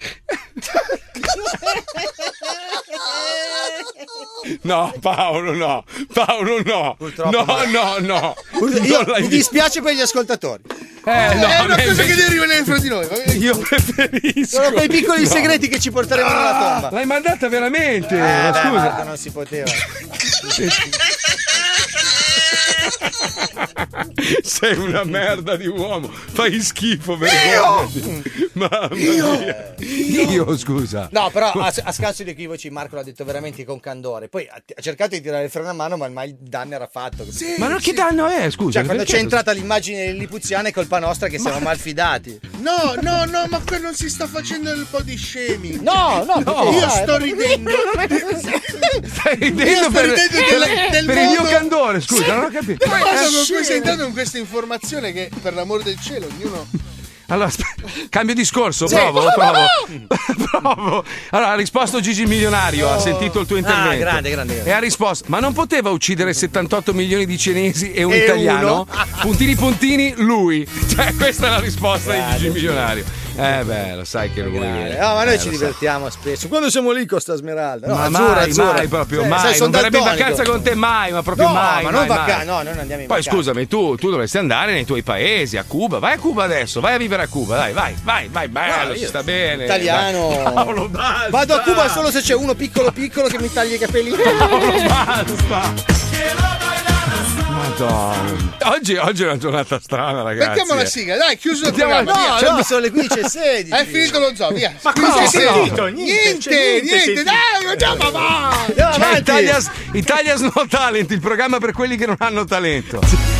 No, Paolo, no. Purtroppo no. Mi dispiace per gli ascoltatori. È una cosa che deve rimanere fra di noi. Io preferisco. Sono quei piccoli segreti che ci porteremo nella tomba. L'hai mandata veramente? Scusa. Non si poteva. Sei una merda di uomo, fai schifo, vergognati. Mamma mia. Io, scusa. No, però a scanso di equivoci Marco l'ha detto veramente con candore. Poi ha cercato di tirare il freno a mano, ma il danno era fatto. Sì, ma che danno è, scusa? Cioè, quando c'è entrata l'immagine lillipuziana è colpa nostra che siamo malfidati. No, ma qui non si sta facendo il po' di scemi. No. Io sto ridendo. Stai ridendo per il mio candore, scusa, non ho capito. Ma cosa con cui sei entrato con questa informazione che, per l'amor del cielo, ognuno... Allora, cambio discorso, sì. provo. Allora, ha risposto Gigi Milionario, ha sentito il tuo intervento. Grande. E ha risposto, ma non poteva uccidere 78 milioni di cinesi e un italiano? Puntini, lui. Cioè, questa è la risposta di Gigi Milionario. Lo sai che lui... No, ma noi ci divertiamo spesso. Quando siamo lì con sta Smeralda. No, ma azzurra. mai proprio, Sì, mai. Non verrebbe in vacanza con te mai, ma proprio mai. Ma non vacanza, no, noi non andiamo in Poi vacanza. scusami, tu dovresti andare nei tuoi paesi, a Cuba. Vai a Cuba adesso, vai a vivere a Cuba, dai, vai, bello, si sta bene. Italiano. Paolo, basta. Vado a Cuba solo se c'è uno piccolo che mi taglia i capelli. Paolo, basta. Madonna. Oggi è una giornata strana, ragazzi. Mettiamo la sigla, dai, chiuso il programma. No, sono le 15:16. È finito lo zoo, via. Ma cosa è finito? Niente, dai, andiamo avanti. Italia's No Talent, il programma per quelli che non hanno talento.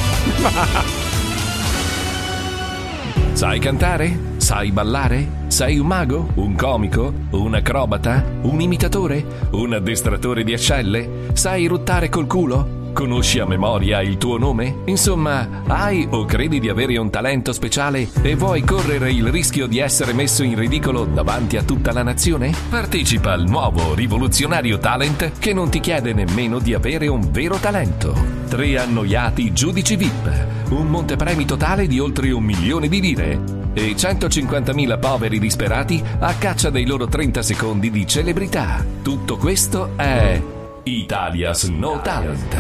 Sai cantare? Sai ballare? Sei un mago? Un comico? Un acrobata? Un imitatore? Un addestratore di ascelle? Sai ruttare col culo? Conosci a memoria il tuo nome? Insomma, hai o credi di avere un talento speciale e vuoi correre il rischio di essere messo in ridicolo davanti a tutta la nazione? Partecipa al nuovo rivoluzionario talent che non ti chiede nemmeno di avere un vero talento. 3 annoiati giudici VIP, un montepremi totale di oltre 1 milione di lire e 150.000 poveri disperati a caccia dei loro 30 secondi di celebrità. Tutto questo è Italia's No Talent.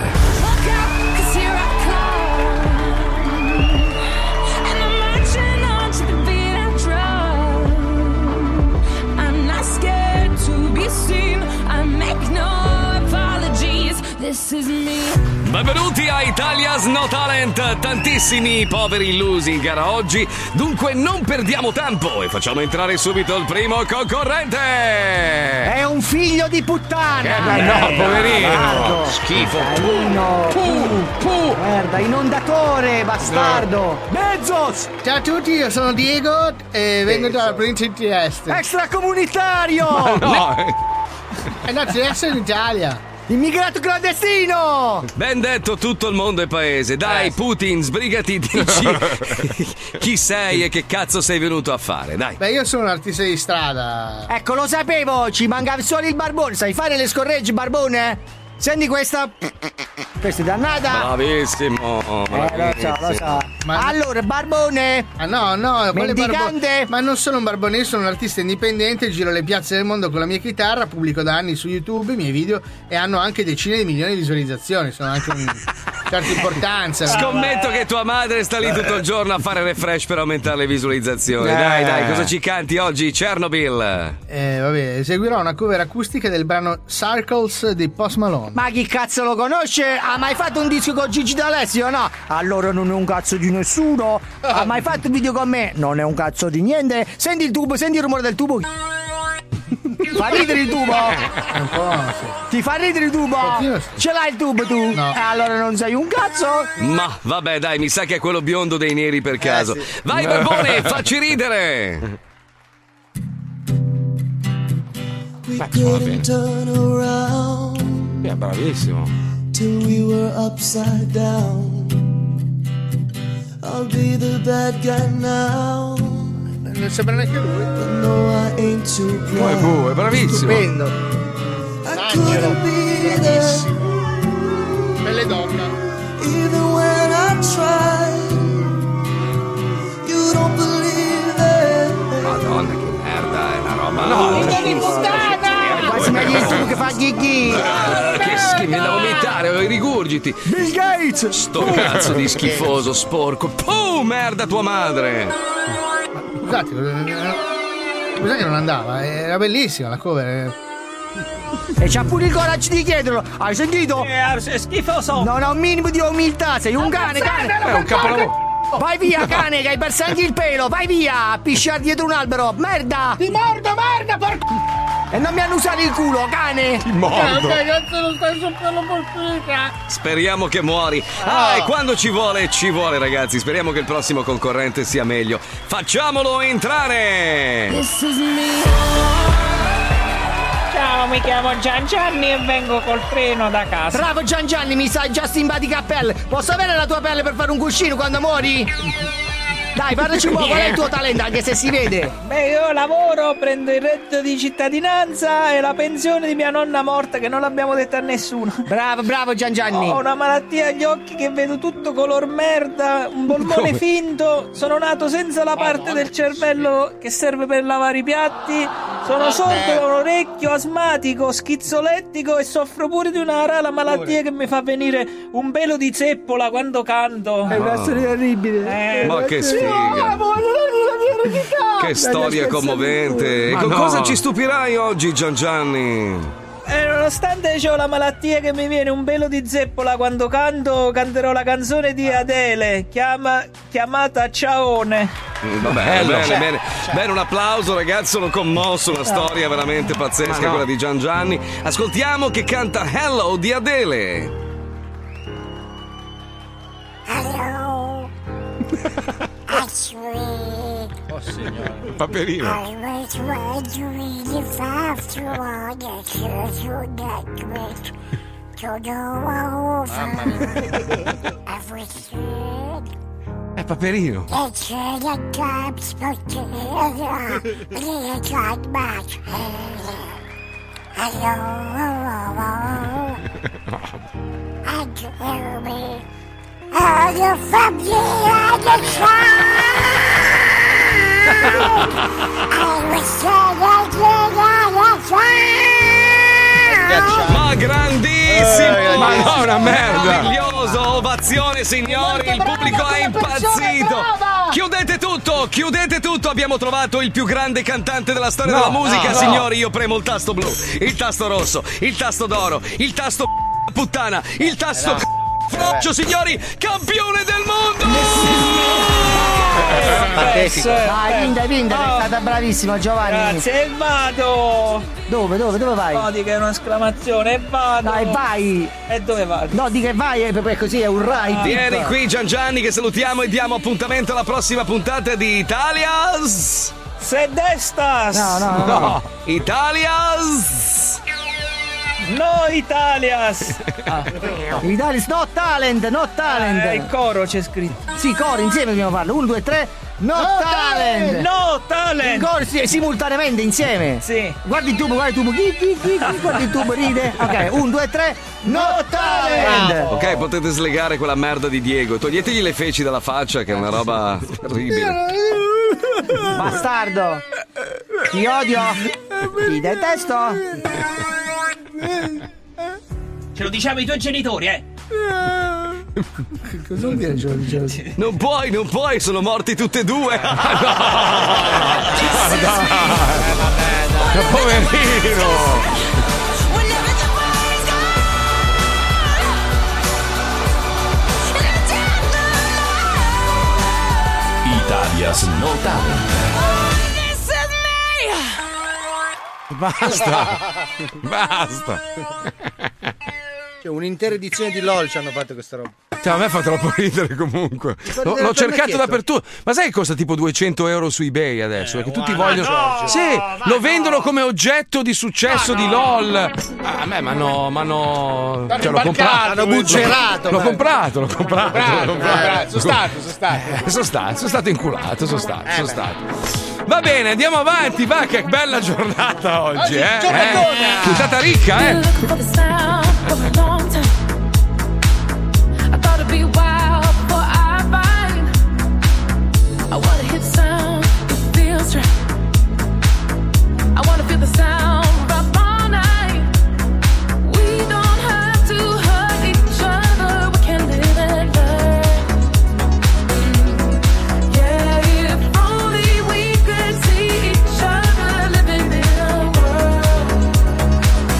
Benvenuti a Italia's No Talent, tantissimi poveri illusi in gara oggi, dunque non perdiamo tempo e facciamo entrare subito il primo concorrente. È un figlio di puttana. No, poverino. Schifo. Merda, inondatore, bastardo. Mezzos. Ciao a tutti, io sono Diego e vengo dalla provincia di Trieste. Extracomunitario. No, Trieste in Italia. Immigrato clandestino! Ben detto, tutto il mondo è paese. Dai, Putin, sbrigati, dici chi sei e che cazzo sei venuto a fare, dai. Beh, io sono un artista di strada. Ecco, lo sapevo, ci mancava solo il barbone. Sai fare le scorregge, barbone? Senti questa? Questa è dannata. Bravissimo. Lo so. Allora, barbone. No, mendicante. Ma non sono un barbone, io sono un artista indipendente, giro le piazze del mondo con la mia chitarra, pubblico da anni su YouTube i miei video e hanno anche decine di milioni di visualizzazioni, sono anche un certa importanza. Scommetto che tua madre sta lì tutto il giorno a fare refresh per aumentare le visualizzazioni. Dai, cosa ci canti oggi? Chernobyl. Vabbè, eseguirò una cover acustica del brano Circles di Post Malone. Ma chi cazzo lo conosce? Ha mai fatto un disco con Gigi D'Alessio? No? Allora non è un cazzo di nessuno. Ha mai fatto un video con me? Non è un cazzo di niente. Senti il tubo, senti il rumore del tubo. Fa ridere il tubo? Un po', sì. Ti fa ridere il tubo? Ce l'hai il tubo tu? No. Allora non sei un cazzo? Ma vabbè, dai, mi sa che è quello biondo dei neri per caso. Sì. Vai, Barbone, facci ridere. We didn't turn around. Bravissimo. Till we were upside down. I'll be the bad guy now. Non sembra neanche lui. No, I ain't too proud. È bravissimo. Stupendo. Angelo, bravissimo. Belle donna. Even when I try, you don't believe it. Madonna, che merda, è una roba. No, quasi meglio il tubo che fa ghighi. Che schifo, mi da vomitare, ho i rigurgiti. Bill Gates. Sto cazzo di schifoso, sporco. Puh, merda tua madre. Scusate che non andava, era bellissima la cover. E c'ha pure il coraggio di chiederlo. Hai sentito? È schifoso. Non ha un minimo di umiltà, sei un cane. È un capolavoro. Vai via, cane, che hai perso anche il pelo. Vai via, a pisciare dietro un albero. Merda. Ti mordo, merda, porco. E non mi hanno usato il culo, cane. Ti mordo. Cazzo, non stai soffrendo porca. Speriamo che muori. E quando ci vuole, ragazzi. Speriamo che il prossimo concorrente sia meglio. Facciamolo entrare. Ciao, mi chiamo Gianni e vengo col treno da casa. Bravo Gianni, mi sai Justin Body Cappelle. Posso avere la tua pelle per fare un cuscino quando muori? Dai, parlaci un po', qual è il tuo talento, anche se si vede? Beh, io lavoro, prendo il reddito di cittadinanza e la pensione di mia nonna morta, che non l'abbiamo detta a nessuno. Bravo Gianni. Ho una malattia agli occhi che vedo tutto color merda, un polmone finto, sono nato senza la parte del cervello che serve per lavare i piatti, sono sordo da un orecchio, asmatico, schizzolettico e soffro pure di una rara malattia che mi fa venire un pelo di zeppola quando canto. È una storia terribile. Ma che sfiga. Che storia commovente. E con cosa ci stupirai oggi, Gianni? Nonostante ho la malattia che mi viene un pelo di zeppola quando canto, canterò la canzone di Adele, chiamata Ciaone. Bene, un applauso, ragazzi, sono commosso, una storia veramente pazzesca quella di Gianni. Ascoltiamo che canta Hello di Adele. Hello. Actually, Paperino. I was wondering if after all the children that went to go over everything. Paperino. The children comes together, they got much. Hello. And tell me. Oh, your family and the child! I was Ma grandissimo! Ma no, una merda! Meraviglioso! Ovazione, signori! Il pubblico è impazzito! Chiudete tutto! Abbiamo trovato il più grande cantante della storia della musica, signori! Io premo il tasto blu, il tasto rosso, il tasto d'oro, il tasto puttana, il tasto Froccio, signori, campione del mondo! Pazzesco. Dai, vinta, sei stata bravissima, Giovanni. Grazie, e vado! Dove vai? No, dica un'esclamazione, e vado! Dai, vai! E dove vado? No, dica vai, proprio così, è un ride. Vieni qui, Gianni, che salutiamo e diamo appuntamento alla prossima puntata di Italias! Se destas! No. Italias! No, Italias! Italias, no talent! Il coro c'è scritto. Sì, coro, insieme dobbiamo farlo. 1, 2, 3. No talent! No talent! Il coro simultaneamente, insieme. Sì. Guardi il tubo. Guardi il tubo, ride. Ok, 1, 2, 3. No talent! Ok, potete slegare quella merda di Diego. Toglietegli le feci dalla faccia, che è una roba terribile. Bastardo! Ti odio! Ti detesto! Ce lo diciamo i tuoi genitori, Cosa vuol dire ce lo diciamo? Non puoi, sono morti tutti e due. Poverino. Italia's No Talent. Basta. Cioè, un'intera edizione di LOL ci hanno fatto questa roba. Cioè, a me fa troppo ridere comunque. L'ho cercato dappertutto. Ma sai che costa tipo 200 euro su eBay adesso? Perché tutti vogliono. no, sì, lo vendono come oggetto di successo di LOL. A me m'hanno. Cioè, l'ho comprato. Hanno buggerato. L'ho comprato. Sono Sono stato inculato. Sono stato. Va bene, andiamo avanti. Va, che bella giornata oggi, Puntata ricca, Be wild before I find I wanna hit sound, it feels right. I wanna feel the sound up all night. We don't have to hurt each other, we can live and learn. Yeah, if only we could see each other living in a world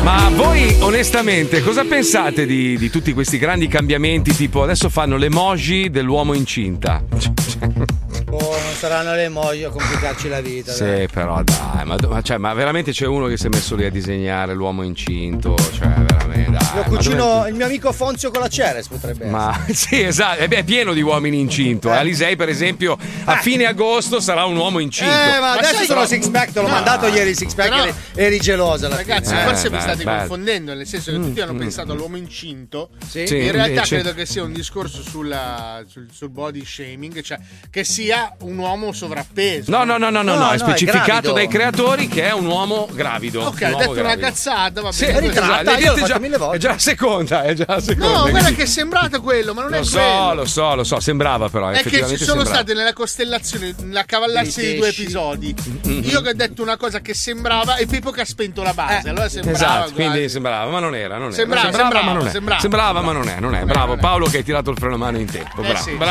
Ma voi onestamente cosa pensate di tutti questi grandi cambiamenti? Tipo adesso fanno l'emoji dell'uomo incinta. Non saranno le emoji a complicarci la vita. Sì, dai. però dai, ma veramente c'è uno che si è messo lì a disegnare l'uomo incinto? Cioè, veramente, dai. Lo cucino il mio amico Fonzio con la Ceres potrebbe essere. Ma sì, esatto, è pieno di uomini incinto. Alisei, per esempio, a fine agosto sarà un uomo incinto. Ma adesso sono six pack, te l'ho mandato ieri il six pack, eri gelosa. Ragazzi, forse vi state confondendo, nel senso che tutti hanno pensato all'uomo incinto. Sì. In realtà credo che sia un discorso sul body shaming, cioè che sia un uomo sovrappeso. No, è specificato dai creatori che è un uomo gravido. Ok, hai detto una cazzata, va bene. Sì, ritratta, io l'ho fatto 1000 volte. È già la seconda. No, guarda che è sembrato quello, ma non è quello. Lo so, sembrava però. È che ci sono state nella costellazione la cavallarsi di 2 episodi. Io che ho detto una cosa che sembrava e Pippo che ha spento la base. Allora sembrava. Esatto, quindi sembrava, ma non era. Sembrava, ma non è. Sembrava, ma non è. Bravo, Paolo che hai tirato il freno a mano in tempo.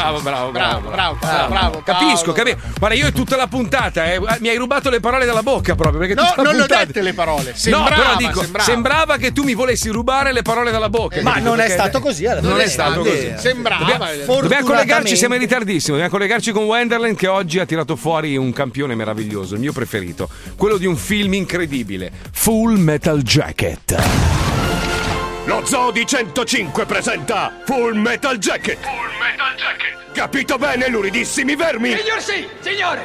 Bravo. Capisco. Guarda, io tutta la puntata mi hai rubato le parole dalla bocca proprio perché no, non le ho dette le parole. Sembrava che tu mi volessi rubare le parole dalla bocca. Ma non è stato così. Non è stato così. Sembrava. Dobbiamo collegarci, siamo in ritardissimo. Dobbiamo collegarci con Wenderland che oggi ha tirato fuori un campione meraviglioso, il mio preferito, quello di un film incredibile, Full Metal Jacket. Lo Zoo di 105 presenta Full Metal Jacket. Capito bene, luridissimi vermi? Signor sì, signore!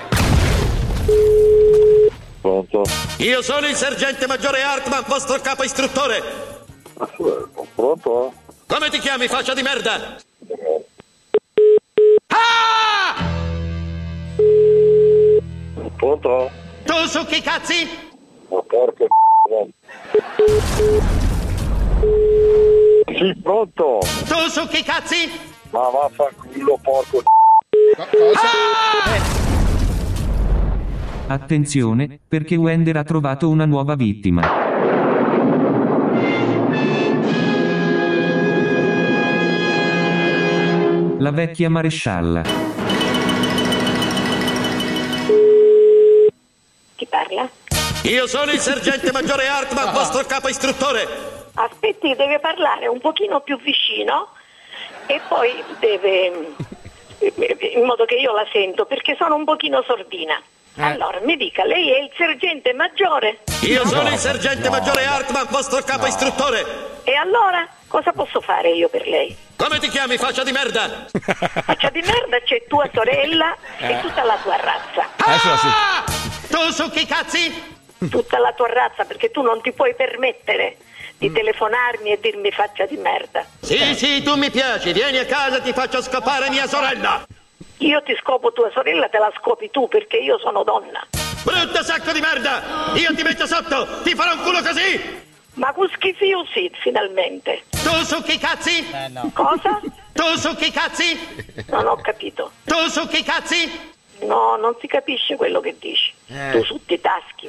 Pronto? Io sono il sergente maggiore Hartman, vostro capo istruttore. Pronto? Come ti chiami, faccia di merda? Pronto? Tu su chi cazzi? Ma porca Sì, pronto? Tu su chi cazzi? Ma vaffanculo, porco Attenzione, perché Wender ha trovato una nuova vittima. La vecchia marescialla. Chi parla? Io sono il sergente maggiore Hartman, vostro capo istruttore. Aspetti, deve parlare un pochino più vicino e poi deve, in modo che io la sento, perché sono un pochino sordina. Allora, mi dica, lei è il sergente maggiore? Io sono il sergente maggiore Hartman, vostro capo istruttore. E allora, cosa posso fare io per lei? Come ti chiami, faccia di merda? Faccia di merda c'è tua sorella e tutta la tua razza. Tu su chi cazzi? Tutta la tua razza, perché tu non ti puoi permettere di telefonarmi e dirmi faccia di merda. Sì, tu mi piaci, vieni a casa e ti faccio scopare mia sorella. Io ti scopo tua sorella, te la scopi tu, perché io sono donna. Brutto sacco di merda! Io ti metto sotto, ti farò un culo così! Ma con schifio sì, finalmente. Tu su chi cazzi? No. Cosa? Tu su chi cazzi? Non ho capito. Tu su chi cazzi? No, non si capisce quello che dici. Tu su ti taschi.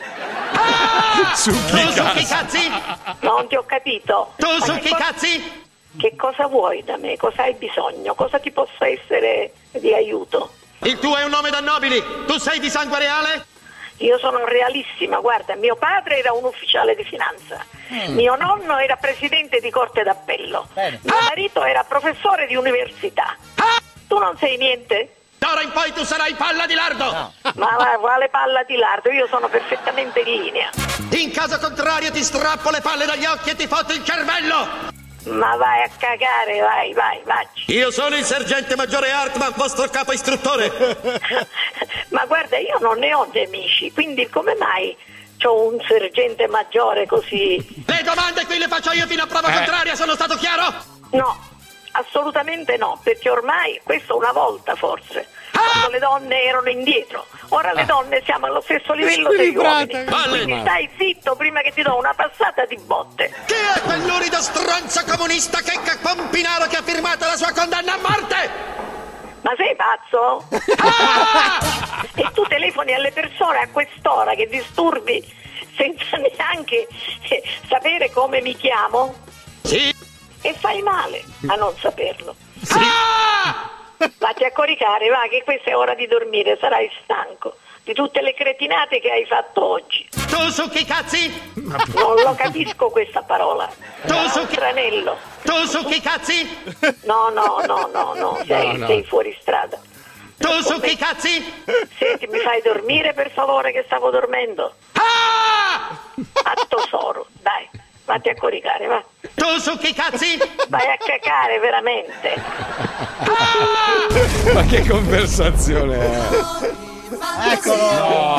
Tu su chi cazzi? Non ti ho capito. Tu su chi cazzi? Che cosa vuoi da me? Cosa hai bisogno? Cosa ti possa essere di aiuto? Il tuo è un nome da nobili. Tu sei di sangue reale? Io sono realissima, guarda, mio padre era un ufficiale di finanza, mio nonno era presidente di corte d'appello, mio marito era professore di università. Tu non sei niente? D'ora in poi tu sarai palla di lardo! No. Ma quale palla di lardo? Io sono perfettamente in linea. In caso contrario ti strappo le palle dagli occhi e ti fotto il cervello! Ma vai a cagare, vai. Io sono il sergente maggiore Hartman, vostro capo istruttore. Ma guarda, io non ne ho nemici, quindi come mai c'ho un sergente maggiore così? Le domande qui le faccio io fino a prova contraria, sono stato chiaro? No, assolutamente no, perché ormai, questo una volta forse, quando le donne erano indietro, ora le donne siamo allo stesso livello degli uomini. Quindi stai zitto prima che ti do una passata di botte. Chi è quell'urido stronzo comunista che Pompinaro che ha firmato la sua condanna a morte? Ma sei pazzo? E tu telefoni alle persone a quest'ora che disturbi senza neanche sapere come mi chiamo? Sì. E fai male a non saperlo. Sì. Vatti a coricare, va, che questa è ora di dormire, sarai stanco di tutte le cretinate che hai fatto oggi. Tu su chi cazzi? Non lo capisco questa parola. Tu su chi... Tranello. Tu su chi cazzi? No, sei fuori strada. Tu su chi cazzi? Senti, mi fai dormire per favore che stavo dormendo? A tesoro, dai, vatti a coricare, va. Tu su chi cazzi? Vai a cacare, veramente. Ma che conversazione è? Eccolo!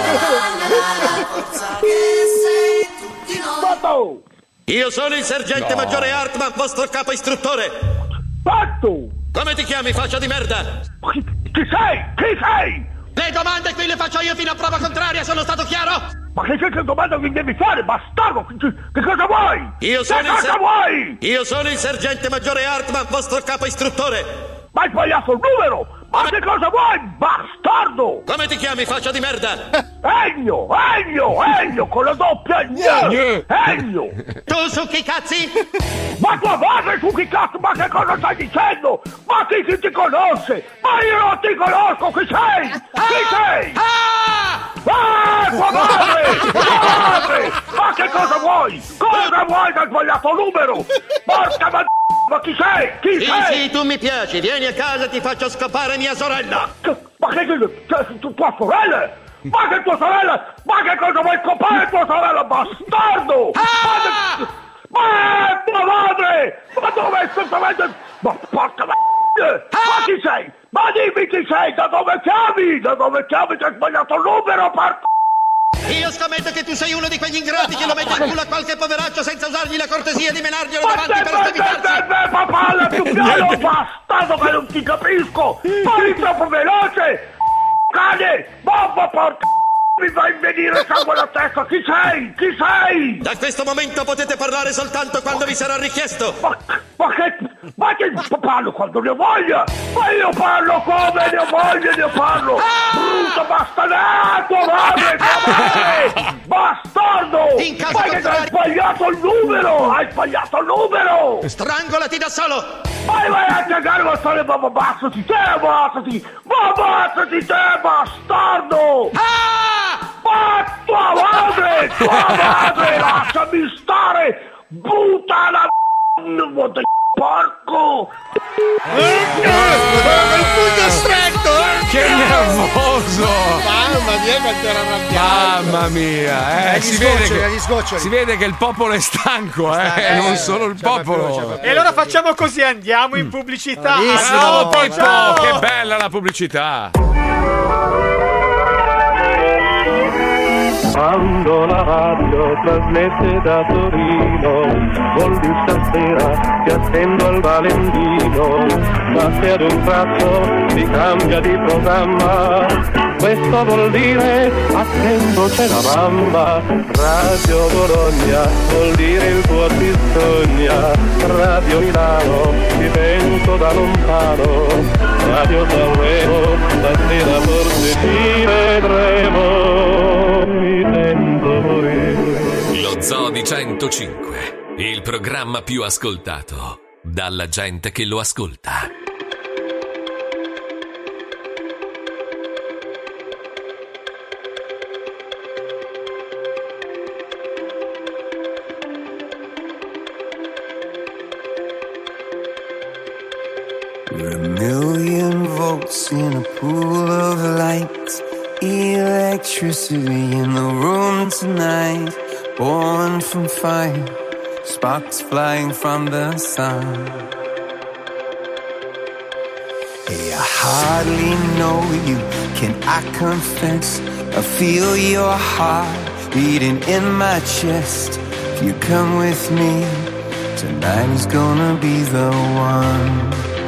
No. Io sono il sergente maggiore Hartman, vostro capo istruttore. Fatto! Come ti chiami, faccia di merda? Chi sei? Chi sei? Le domande qui le faccio io fino a prova contraria, sono stato chiaro? Ma che domanda mi devi fare, bastardo? Che cosa vuoi? Io sono vuoi? Io sono il sergente maggiore Hartman, vostro capo istruttore. Ma hai sbagliato il numero! Ma che cosa vuoi, bastardo? Come ti chiami, faccia di merda? Ennio, con la doppia Ennio! Tu su chi cazzi? Ma tua madre su chi cazzo? Ma che cosa stai dicendo? Ma chi ti conosce? Ma io non ti conosco, chi sei? Chi sei? Tua madre! Ma che cosa vuoi? Cosa vuoi? Hai sbagliato il numero! Porca ma chi sei? Chi sei? Sì, tu mi piaci, vieni a casa e ti faccio scappare mia sorella! Ma che tua sorella? Ma che tua sorella? Ma che cosa vuoi scopare tua sorella, bastardo? Ma tua madre! Ma dove assolutamente? Ma porca ma chi sei? Ma dimmi chi sei, da dove chiami? Da dove chiami che hai sbagliato il numero, porca. Io scommetto che tu sei uno di quegli ingrati che lo mette in culo a qualche poveraccio senza usargli la cortesia di menarglielo davanti per stabilirsi. Ma parla più piano, bastardo, che non ti capisco! Parli troppo veloce! Cane! Bomba, porca! Mi va a venire sangue alla testa! Chi sei? Chi sei? Da questo momento potete parlare soltanto quando vi sarà richiesto. Ma che parlo quando ne ho voglia! Ma io parlo come ne ho voglia, ne parlo! Brutto bastardo! Madre! Bastardo! In caso ma che hai sbagliato il numero! Hai sbagliato il numero! Strangolati da solo! Vai a cagare, ma stare, ma abbassati te, abbassati te, bastardo! Ma tua madre, lasciami stare, puttana porco! Il pugno stretto! Che nervoso! Mamma mia, quanto era arrabbiato! Mamma mia, si vede che il popolo è stanco, non solo il popolo. E allora facciamo così, andiamo in pubblicità. Bravo Pippo, che bella la pubblicità! Quando la radio trasmette da Torino, vuol dire stasera ti attendo al Valentino, ma se ad un tratto si cambia di programma, questo vuol dire attento c'è la mamma. Radio Bologna vuol dire il tuo ti sogna, Radio Milano ti penso da lontano, Radio Sanremo stasera forse ci vedremo. Lo Zoo di 105, il programma più ascoltato dalla gente che lo ascolta. We're a million volts in a pool of light, electricity in the room tonight, born from fire, sparks flying from the sun. Hey, I hardly know you, can I confess? I feel your heart beating in my chest. If you come with me, tonight is gonna be the one.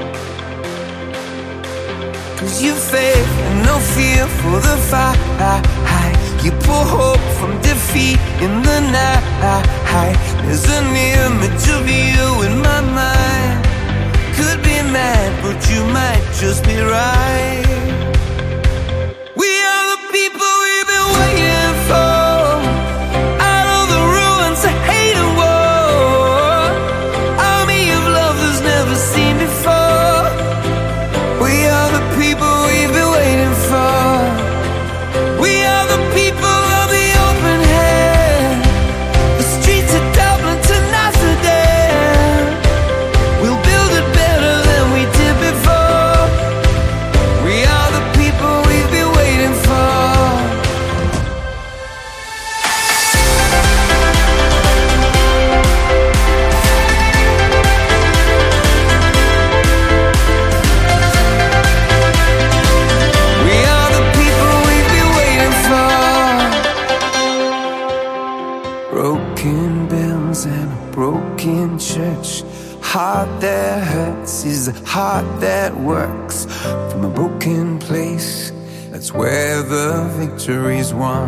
'Cause you faith and no fear for the fight. You pull hope from defeat in the night. There's an image of you in my mind. Could be mad, but you might just be right. We are the people we've been waiting for. Out of the ruins of hate and war, army of love that's never seen before. We are the people we've been waiting for. We are the people of the open hand. in a broken church. Heart that hurts is a heart that works. From a broken place, that's where the victory's won.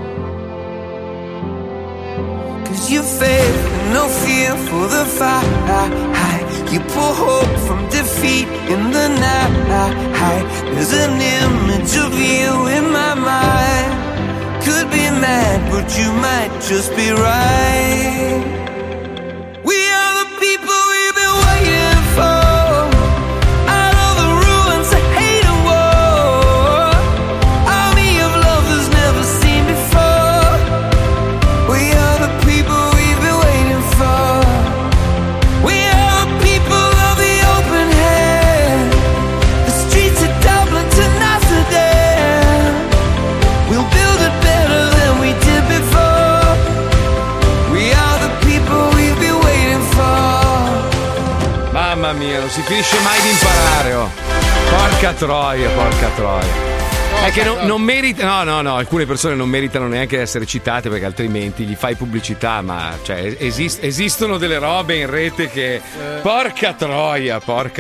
'Cause you fail, no fear for the fight. You pull hope from defeat in the night. There's an image of you in my mind. Could be mad, but you might just be right. We are the people we've been waiting for. Out of the ruins of hate and war. Army of love that's never seen before. We are the people we've been waiting for. We are the people of the open hand. The streets of Dublin to Amsterdam. We'll build it better than we did before. We are the people we've been waiting for. Mamma mia, non si finisce mai di imparare, oh. Porca troia, porca troia. È che non merita. No, alcune persone non meritano neanche di essere citate perché altrimenti gli fai pubblicità, ma cioè esistono delle robe in rete che. Porca troia.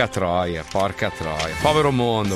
Povero mondo.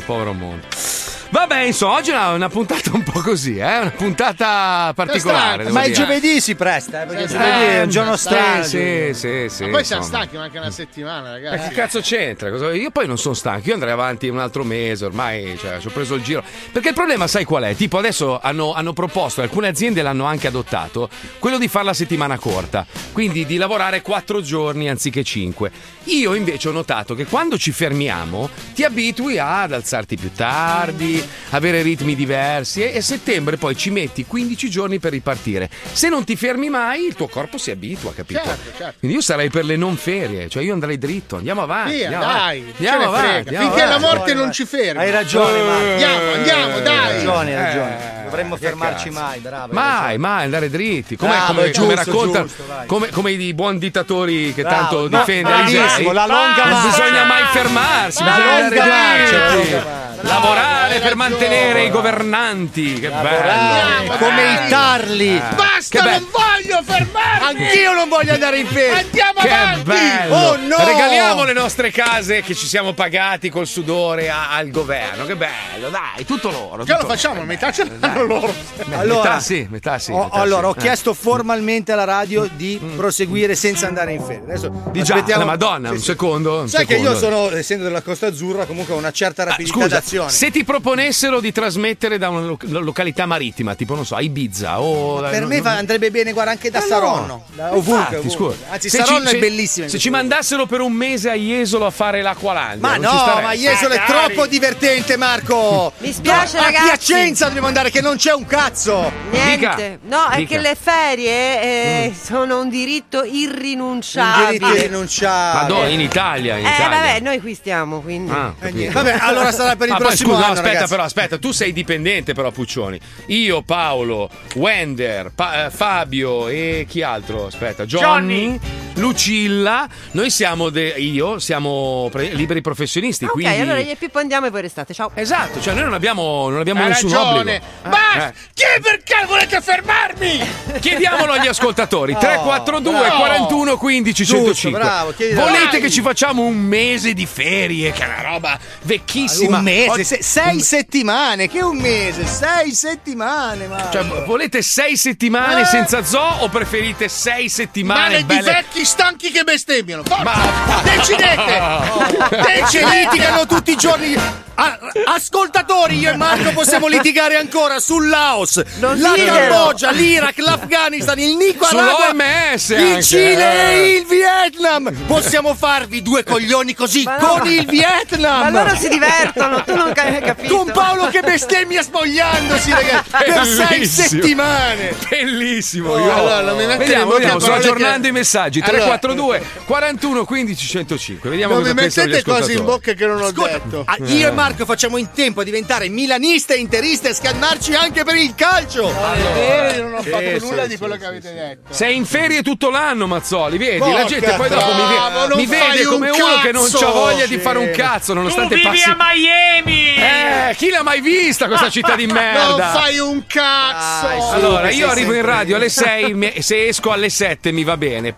Vabbè, insomma, oggi è una puntata un po' così, una puntata particolare. Ma il giovedì si presta, perché il giovedì è un giorno strano. Sì. Ma poi siamo stanchi, manca una settimana, ragazzi. Ma che cazzo c'entra? Io poi non sono stanco, io andrei avanti un altro mese, ormai ci ho preso il giro. Perché il problema, sai qual è? Tipo adesso hanno proposto, alcune aziende l'hanno anche adottato, quello di fare la settimana corta, quindi di lavorare 4 giorni anziché 5. Io invece ho notato che quando ci fermiamo ti abitui ad alzarti più tardi, avere ritmi diversi e a settembre poi ci metti 15 giorni per ripartire. Se non ti fermi mai il tuo corpo si abitua, capito? Certo. Quindi io sarei per le non ferie, cioè io andrei dritto, andiamo avanti. Via, andiamo avanti. Finché la morte non ci ferma. Hai ragione, Marco. Andiamo, dai. Hai ragione. Dovremmo fermarci mai, bravo. Mai andare dritti. Come raccontano, come i buoni dittatori che tanto difendono. La longa non marcia. bisogna mai fermarsi, bisogna andare dritti. Lavorare per mantenere i governanti, che bello. Come i tarli. Basta, non voglio fermarmi. Anch'io non voglio andare in ferie. Andiamo che avanti. bello. Oh no. Regaliamo le nostre case che ci siamo pagati col sudore al governo. Che bello, dai, tutto loro. Che lo facciamo? Metà ce l'hanno loro. Allora, metà sì. Allora, ho chiesto formalmente alla radio di proseguire senza andare in ferie. Adesso aspettiamo. Madonna, un secondo. Sai che io sono, essendo della Costa Azzurra, comunque ho una certa rapidità d'azione. Se ti proponessero di trasmettere da una località marittima, tipo non so, a Ibiza o per me andrebbe bene, guarda, anche da Saronno, ovunque. Anzi, Saronno è bellissima. Se ci mandassero per un mese a Jesolo a fare l'Aqualandia, ma Jesolo è troppo divertente, Marco. Mi spiace, ragazzi. A Piacenza dobbiamo andare, che non c'è un cazzo. Niente. È che le ferie sono un diritto irrinunciabile. Ma dove? In Italia. Vabbè, noi qui stiamo, quindi. Vabbè, allora sarà per il prossimo anno. Aspetta, tu sei dipendente però, Puccioni. Io, Paolo, Wender, Fabio e chi altro? Aspetta, Johnny. Lucilla, noi siamo liberi professionisti. Ok, quindi. allora io e Pippo andiamo e voi restate. Ciao. Esatto, cioè noi non abbiamo nessun obbligo. Ma perché volete fermarmi? Chiediamolo agli ascoltatori. 342 41 15 105. Bravo, volete che ci facciamo un mese di ferie, che è una roba vecchissima? Un mese, 6 settimane, che un mese, 6 settimane. Cioè, volete 6 settimane senza zoo o preferite 6 settimane belle? Di vecchi stanchi che bestemmiano. Decidete. Che litigano tutti i giorni. Ascoltatori, io e Marco possiamo litigare ancora sul Laos, la Cambogia, l'Iraq, l'Afghanistan, il Nicaragua, sull'OMS, il Cile e il Vietnam. Possiamo farvi due coglioni così con il Vietnam. Ma loro si divertono, tu non hai capito. Con Paolo che bestemmia spogliandosi, ragazzi, per 6 settimane. Bellissimo. Vediamo, sto aggiornando i messaggi. 342 41 15 105. Vediamo non cosa mi pensano gli mettete cose ascoltatori. in bocca che non ho detto. Io e Marco facciamo in tempo a diventare milanista e interista e scannarci anche per il calcio. Io non ho fatto nulla di quello che avete detto. Sei in ferie tutto l'anno, Mazzoli, vedi? La gente poi dopo mi vede come uno che non c'ha voglia di fare un cazzo, nonostante tu vivi passi a Miami. Chi l'ha mai vista questa città di merda? Non fai un cazzo. Allora, io arrivo in radio alle 6, se esco alle 7 mi va bene. Poi il weekend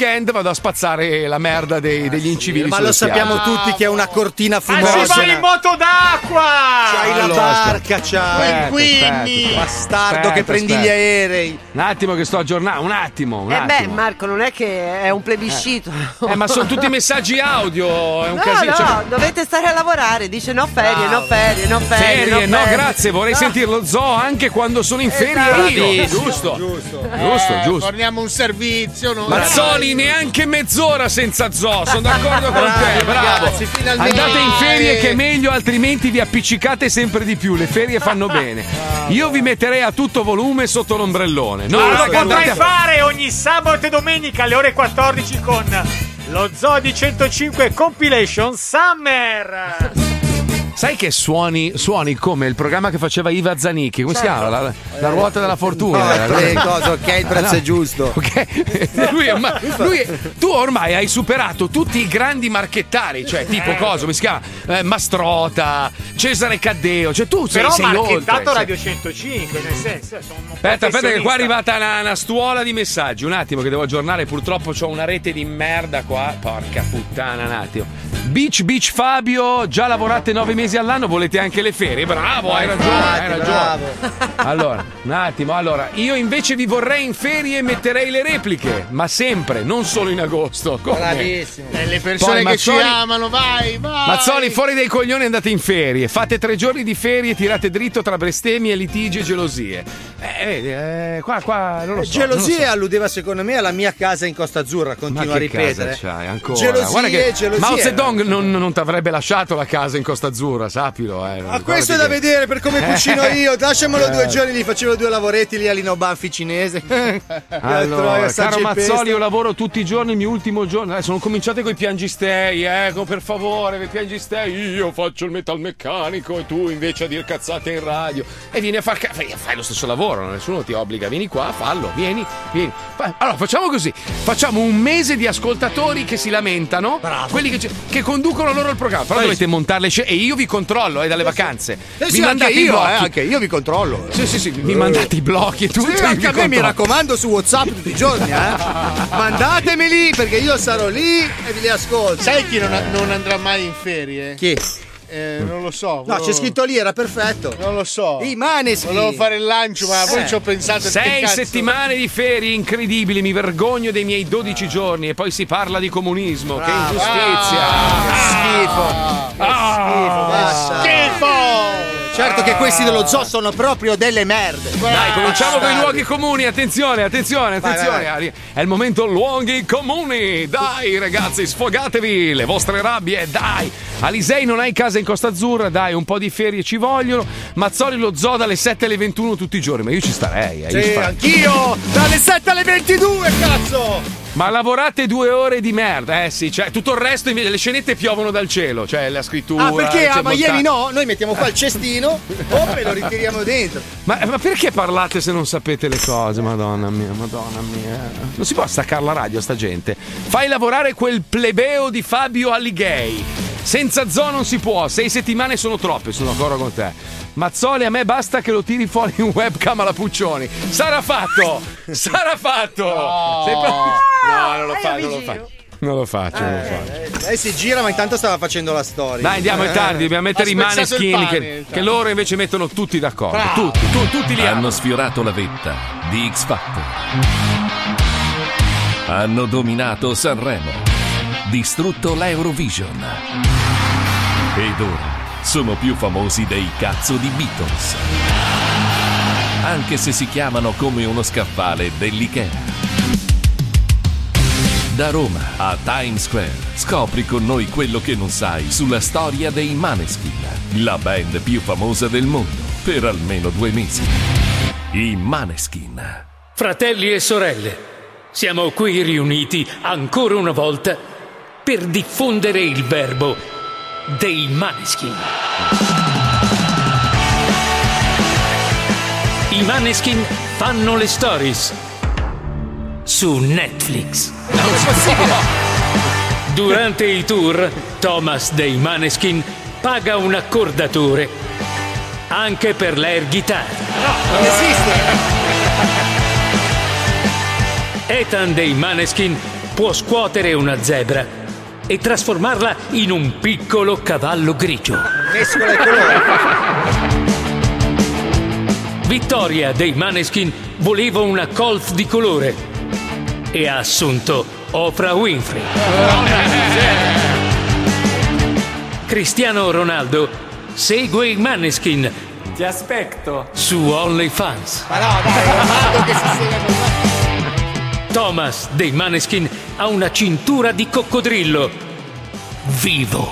weekend vado a spazzare la merda degli incivili. Ma lo sappiamo tutti che è una cortina fumosa. Ma si va in moto d'acqua! C'hai la barca, c'hai. Quindi bastardo che prendi gli aerei. Un attimo che sto aggiornando, un attimo. Beh, Marco, non è che è un plebiscito. Ma sono tutti messaggi audio, è un casino. No, dovete stare a lavorare. Dice no ferie, no ferie, no ferie. Ferie, no, grazie, vorrei sentirlo zoo anche quando sono in ferie io. Giusto. Forniamo un servizio. Mazzoli, neanche mezz'ora senza zoo, sono d'accordo con te, bravo. Ragazzi, finalmente. Andate in ferie che è meglio, altrimenti vi appiccicate sempre di più, le ferie fanno bene. Io vi metterei a tutto volume sotto l'ombrellone. Ma lo potrai fare ogni sabato e domenica alle ore 14 con lo Zoo di 105 Compilation Summer. Sai che suoni come il programma che faceva Iva Zanicchi, come si chiama? La ruota della fortuna. Ok, il prezzo è giusto. Tu ormai hai superato tutti i grandi marchettari, cioè tipo cosa, come si chiama? Mastrota, Cesare Caddeo, cioè tu sei oltre. Però marchettato Radio 105, nel senso, Aspetta che qua è arrivata una stuola di messaggi, un attimo che devo aggiornare, purtroppo c'ho una rete di merda qua, porca puttana, un attimo. Beach Fabio, già lavorate 9 mesi all'anno, volete anche le ferie? Bravo, hai ragione. Allora, un attimo, io invece vi vorrei in ferie e metterei le repliche, ma sempre, non solo in agosto. Bravissimo. Le persone che ci amano, vai. Mazzoli, fuori dai coglioni, andate in ferie, fate 3 giorni di ferie, tirate dritto tra bestemmie, litigi e gelosie. Qua non lo so. Gelosie alludeva secondo me alla mia casa in Costa Azzurra, continua a ripetere. Casa c'hai ancora? Gelosie. Mao Zedong non ti avrebbe lasciato la casa in Costa Azzurra, sappilo. Ma questo è da vedere per come cucino io. Lasciamelo 2 giorni, li facevo 2 lavoretti lì all'Ino Banfi cinese. Allora, caro Mazzoli, io lavoro tutti i giorni, il mio ultimo giorno. Adesso non cominciate con i piangistei, per favore, vi piangistei. Io faccio il metalmeccanico e tu invece a dir cazzate in radio. E vieni a fai lo stesso lavoro, nessuno ti obbliga. Vieni qua, fallo, vieni. Allora, facciamo così. Facciamo un mese di ascoltatori che si lamentano. Bravo. Quelli che conducono loro il programma. Però dovete montare le scene e io vi controllo dalle vacanze. Vi mandate i blocchi. Anche io vi controllo. Sì, mi mandate i blocchi e tutto. Sì, anche a me mi raccomando su WhatsApp tutti i giorni, Mandatemeli perché io sarò lì e vi li ascolto. Sai chi non andrà mai in ferie? Chi? Non lo so. No, c'è scritto lì, era perfetto. Non lo so. I Maneskin. Volevo fare il lancio, ma poi ci ho pensato. 6 settimane di ferie incredibili, mi vergogno dei miei 12 giorni e poi si parla di comunismo. Che ingiustizia. Schifo. Certo che questi dello zoo sono proprio delle merde. Dai, cominciamo con i luoghi comuni. Attenzione. Vai. È il momento luoghi comuni. Dai, ragazzi, sfogatevi le vostre rabbie. Dai. Alisei, non hai casa in Costa Azzurra. Dai, un po' di ferie ci vogliono. Mazzoli, lo zoo dalle 7 alle 21 tutti i giorni. Ma io ci starei. Sì, anch'io. Dalle 7 alle 22, cazzo. Ma lavorate 2 ore di merda, sì, cioè tutto il resto invece le scenette piovono dal cielo, cioè la scrittura. Ah, perché a Miami no? Noi mettiamo qua il cestino e lo ritiriamo dentro. Ma perché parlate se non sapete le cose? Madonna mia. Non si può staccare la radio a sta gente. Fai lavorare quel plebeo di Fabio Alighieri. Senza zoo non si può, 6 settimane sono troppe, sono d'accordo con te. Mazzoli, a me basta che lo tiri fuori in webcam alla Puccioni. Sarà fatto! No, non lo faccio. Lei si gira, ma intanto stava facendo la storia. Dai, andiamo, è tardi, dobbiamo mettere i Maneskin che loro invece mettono tutti d'accordo. Tutti li hanno sfiorato la vetta di X Factor. Hanno dominato Sanremo, distrutto l'Eurovision. Ed ora sono più famosi dei cazzo di Beatles. Anche se si chiamano come uno scaffale dell'Ikea. Da Roma a Times Square, scopri con noi quello che non sai sulla storia dei Maneskin, la band più famosa del mondo, per almeno 2 mesi. I Maneskin. Fratelli e sorelle, siamo qui riuniti ancora una volta per diffondere il verbo dei Maneskin. I Maneskin fanno le stories su Netflix. Non è possibile. Durante i tour, Thomas dei Maneskin paga un accordatore anche per l'air guitar. No, non esiste. Ethan dei Maneskin può scuotere una zebra e trasformarla in un piccolo cavallo grigio. Mescola il colore. Vittoria dei Maneskin voleva una Colt di colore e ha assunto Oprah Winfrey. Cristiano Ronaldo segue i Maneskin. Ti aspetto. Su OnlyFans. Ma no, dai, Ronaldo che si segue con me. Thomas dei Maneskin ha una cintura di coccodrillo. Vivo.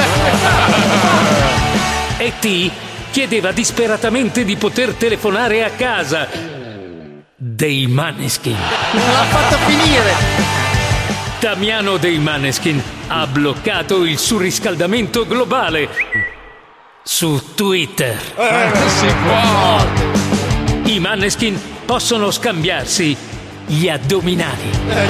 E.T. chiedeva disperatamente di poter telefonare a casa dei Maneskin. Non l'ha fatto finire. Damiano dei Maneskin ha bloccato il surriscaldamento globale su Twitter. Si può. I Maneskin possono scambiarsi gli addominali.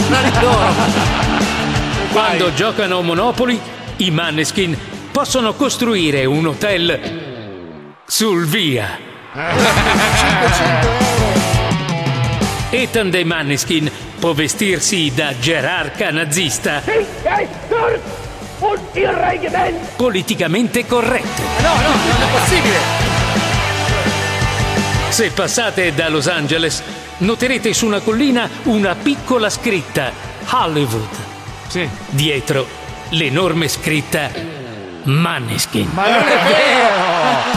Quando giocano a Monopoli, i Maneskin possono costruire un hotel sul via. 500 euro. Ethan dei Maneskin può vestirsi da gerarca nazista politicamente corretto. No, non è possibile. Se passate da Los Angeles, noterete su una collina una piccola scritta Hollywood. Sì. Dietro l'enorme scritta Maneskin. Ma non è vero!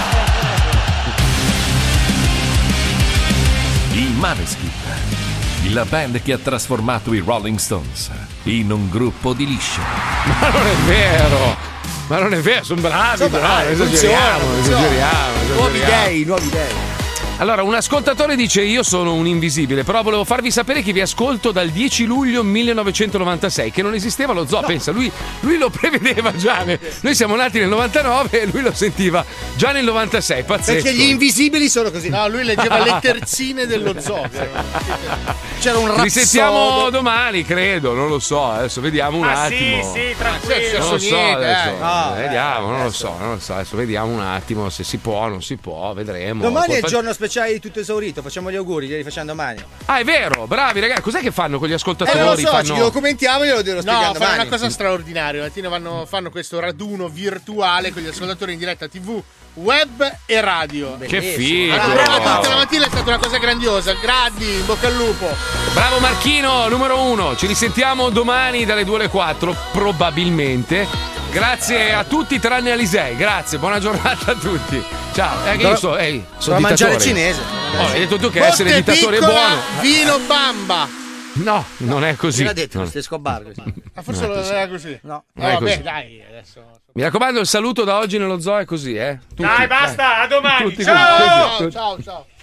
I Maneskin, la band che ha trasformato i Rolling Stones in un gruppo di liscio. Ma non è vero! Ma non è vero, sono bravi, esageriamo. Nuovi dei. Allora, un ascoltatore dice: io sono un invisibile, però volevo farvi sapere che vi ascolto dal 10 luglio 1996, che non esisteva lo zoo. No. Pensa, lui lo prevedeva già. Noi siamo nati nel 99 e lui lo sentiva già nel 96. Pazzesco. Perché gli invisibili sono così. No, lui leggeva le terzine dello zoo. C'era un rapsodo. Risentiamo domani, credo, non lo so. Adesso vediamo un attimo. Sì, tranquillo. Non lo so adesso. Vediamo, non lo so. Adesso vediamo un attimo se si può o non si può, vedremo. Domani è il giorno speciale di tutto esaurito, facciamo gli auguri, glieli facciamo domani. Ah, è vero, bravi ragazzi. Cos'è che fanno con gli ascoltatori? Non lo so, ci documentiamo e glielo spieghiamo domani. Fanno una cosa straordinaria. La mattina fanno questo raduno virtuale con gli ascoltatori in diretta TV, web e radio. Che figo! Tutta la mattina è stata una cosa grandiosa. Grandi, in bocca al lupo. Bravo Marchino, numero 1. Ci risentiamo domani dalle 2 alle 4, probabilmente. Grazie a tutti tranne Alisei. Grazie, buona giornata a tutti. Ciao. Che io sono a mangiare cinese. Hai detto tu che essere dittatore è buono. Vino Bamba. No, non è così. L'ha detto lo stesso Escobar così. Forse lo era così. No. Vabbè, dai, adesso. Mi raccomando, il saluto da oggi nello zoo è così, Tutti, dai, basta, a domani. Tutti ciao. Ciao.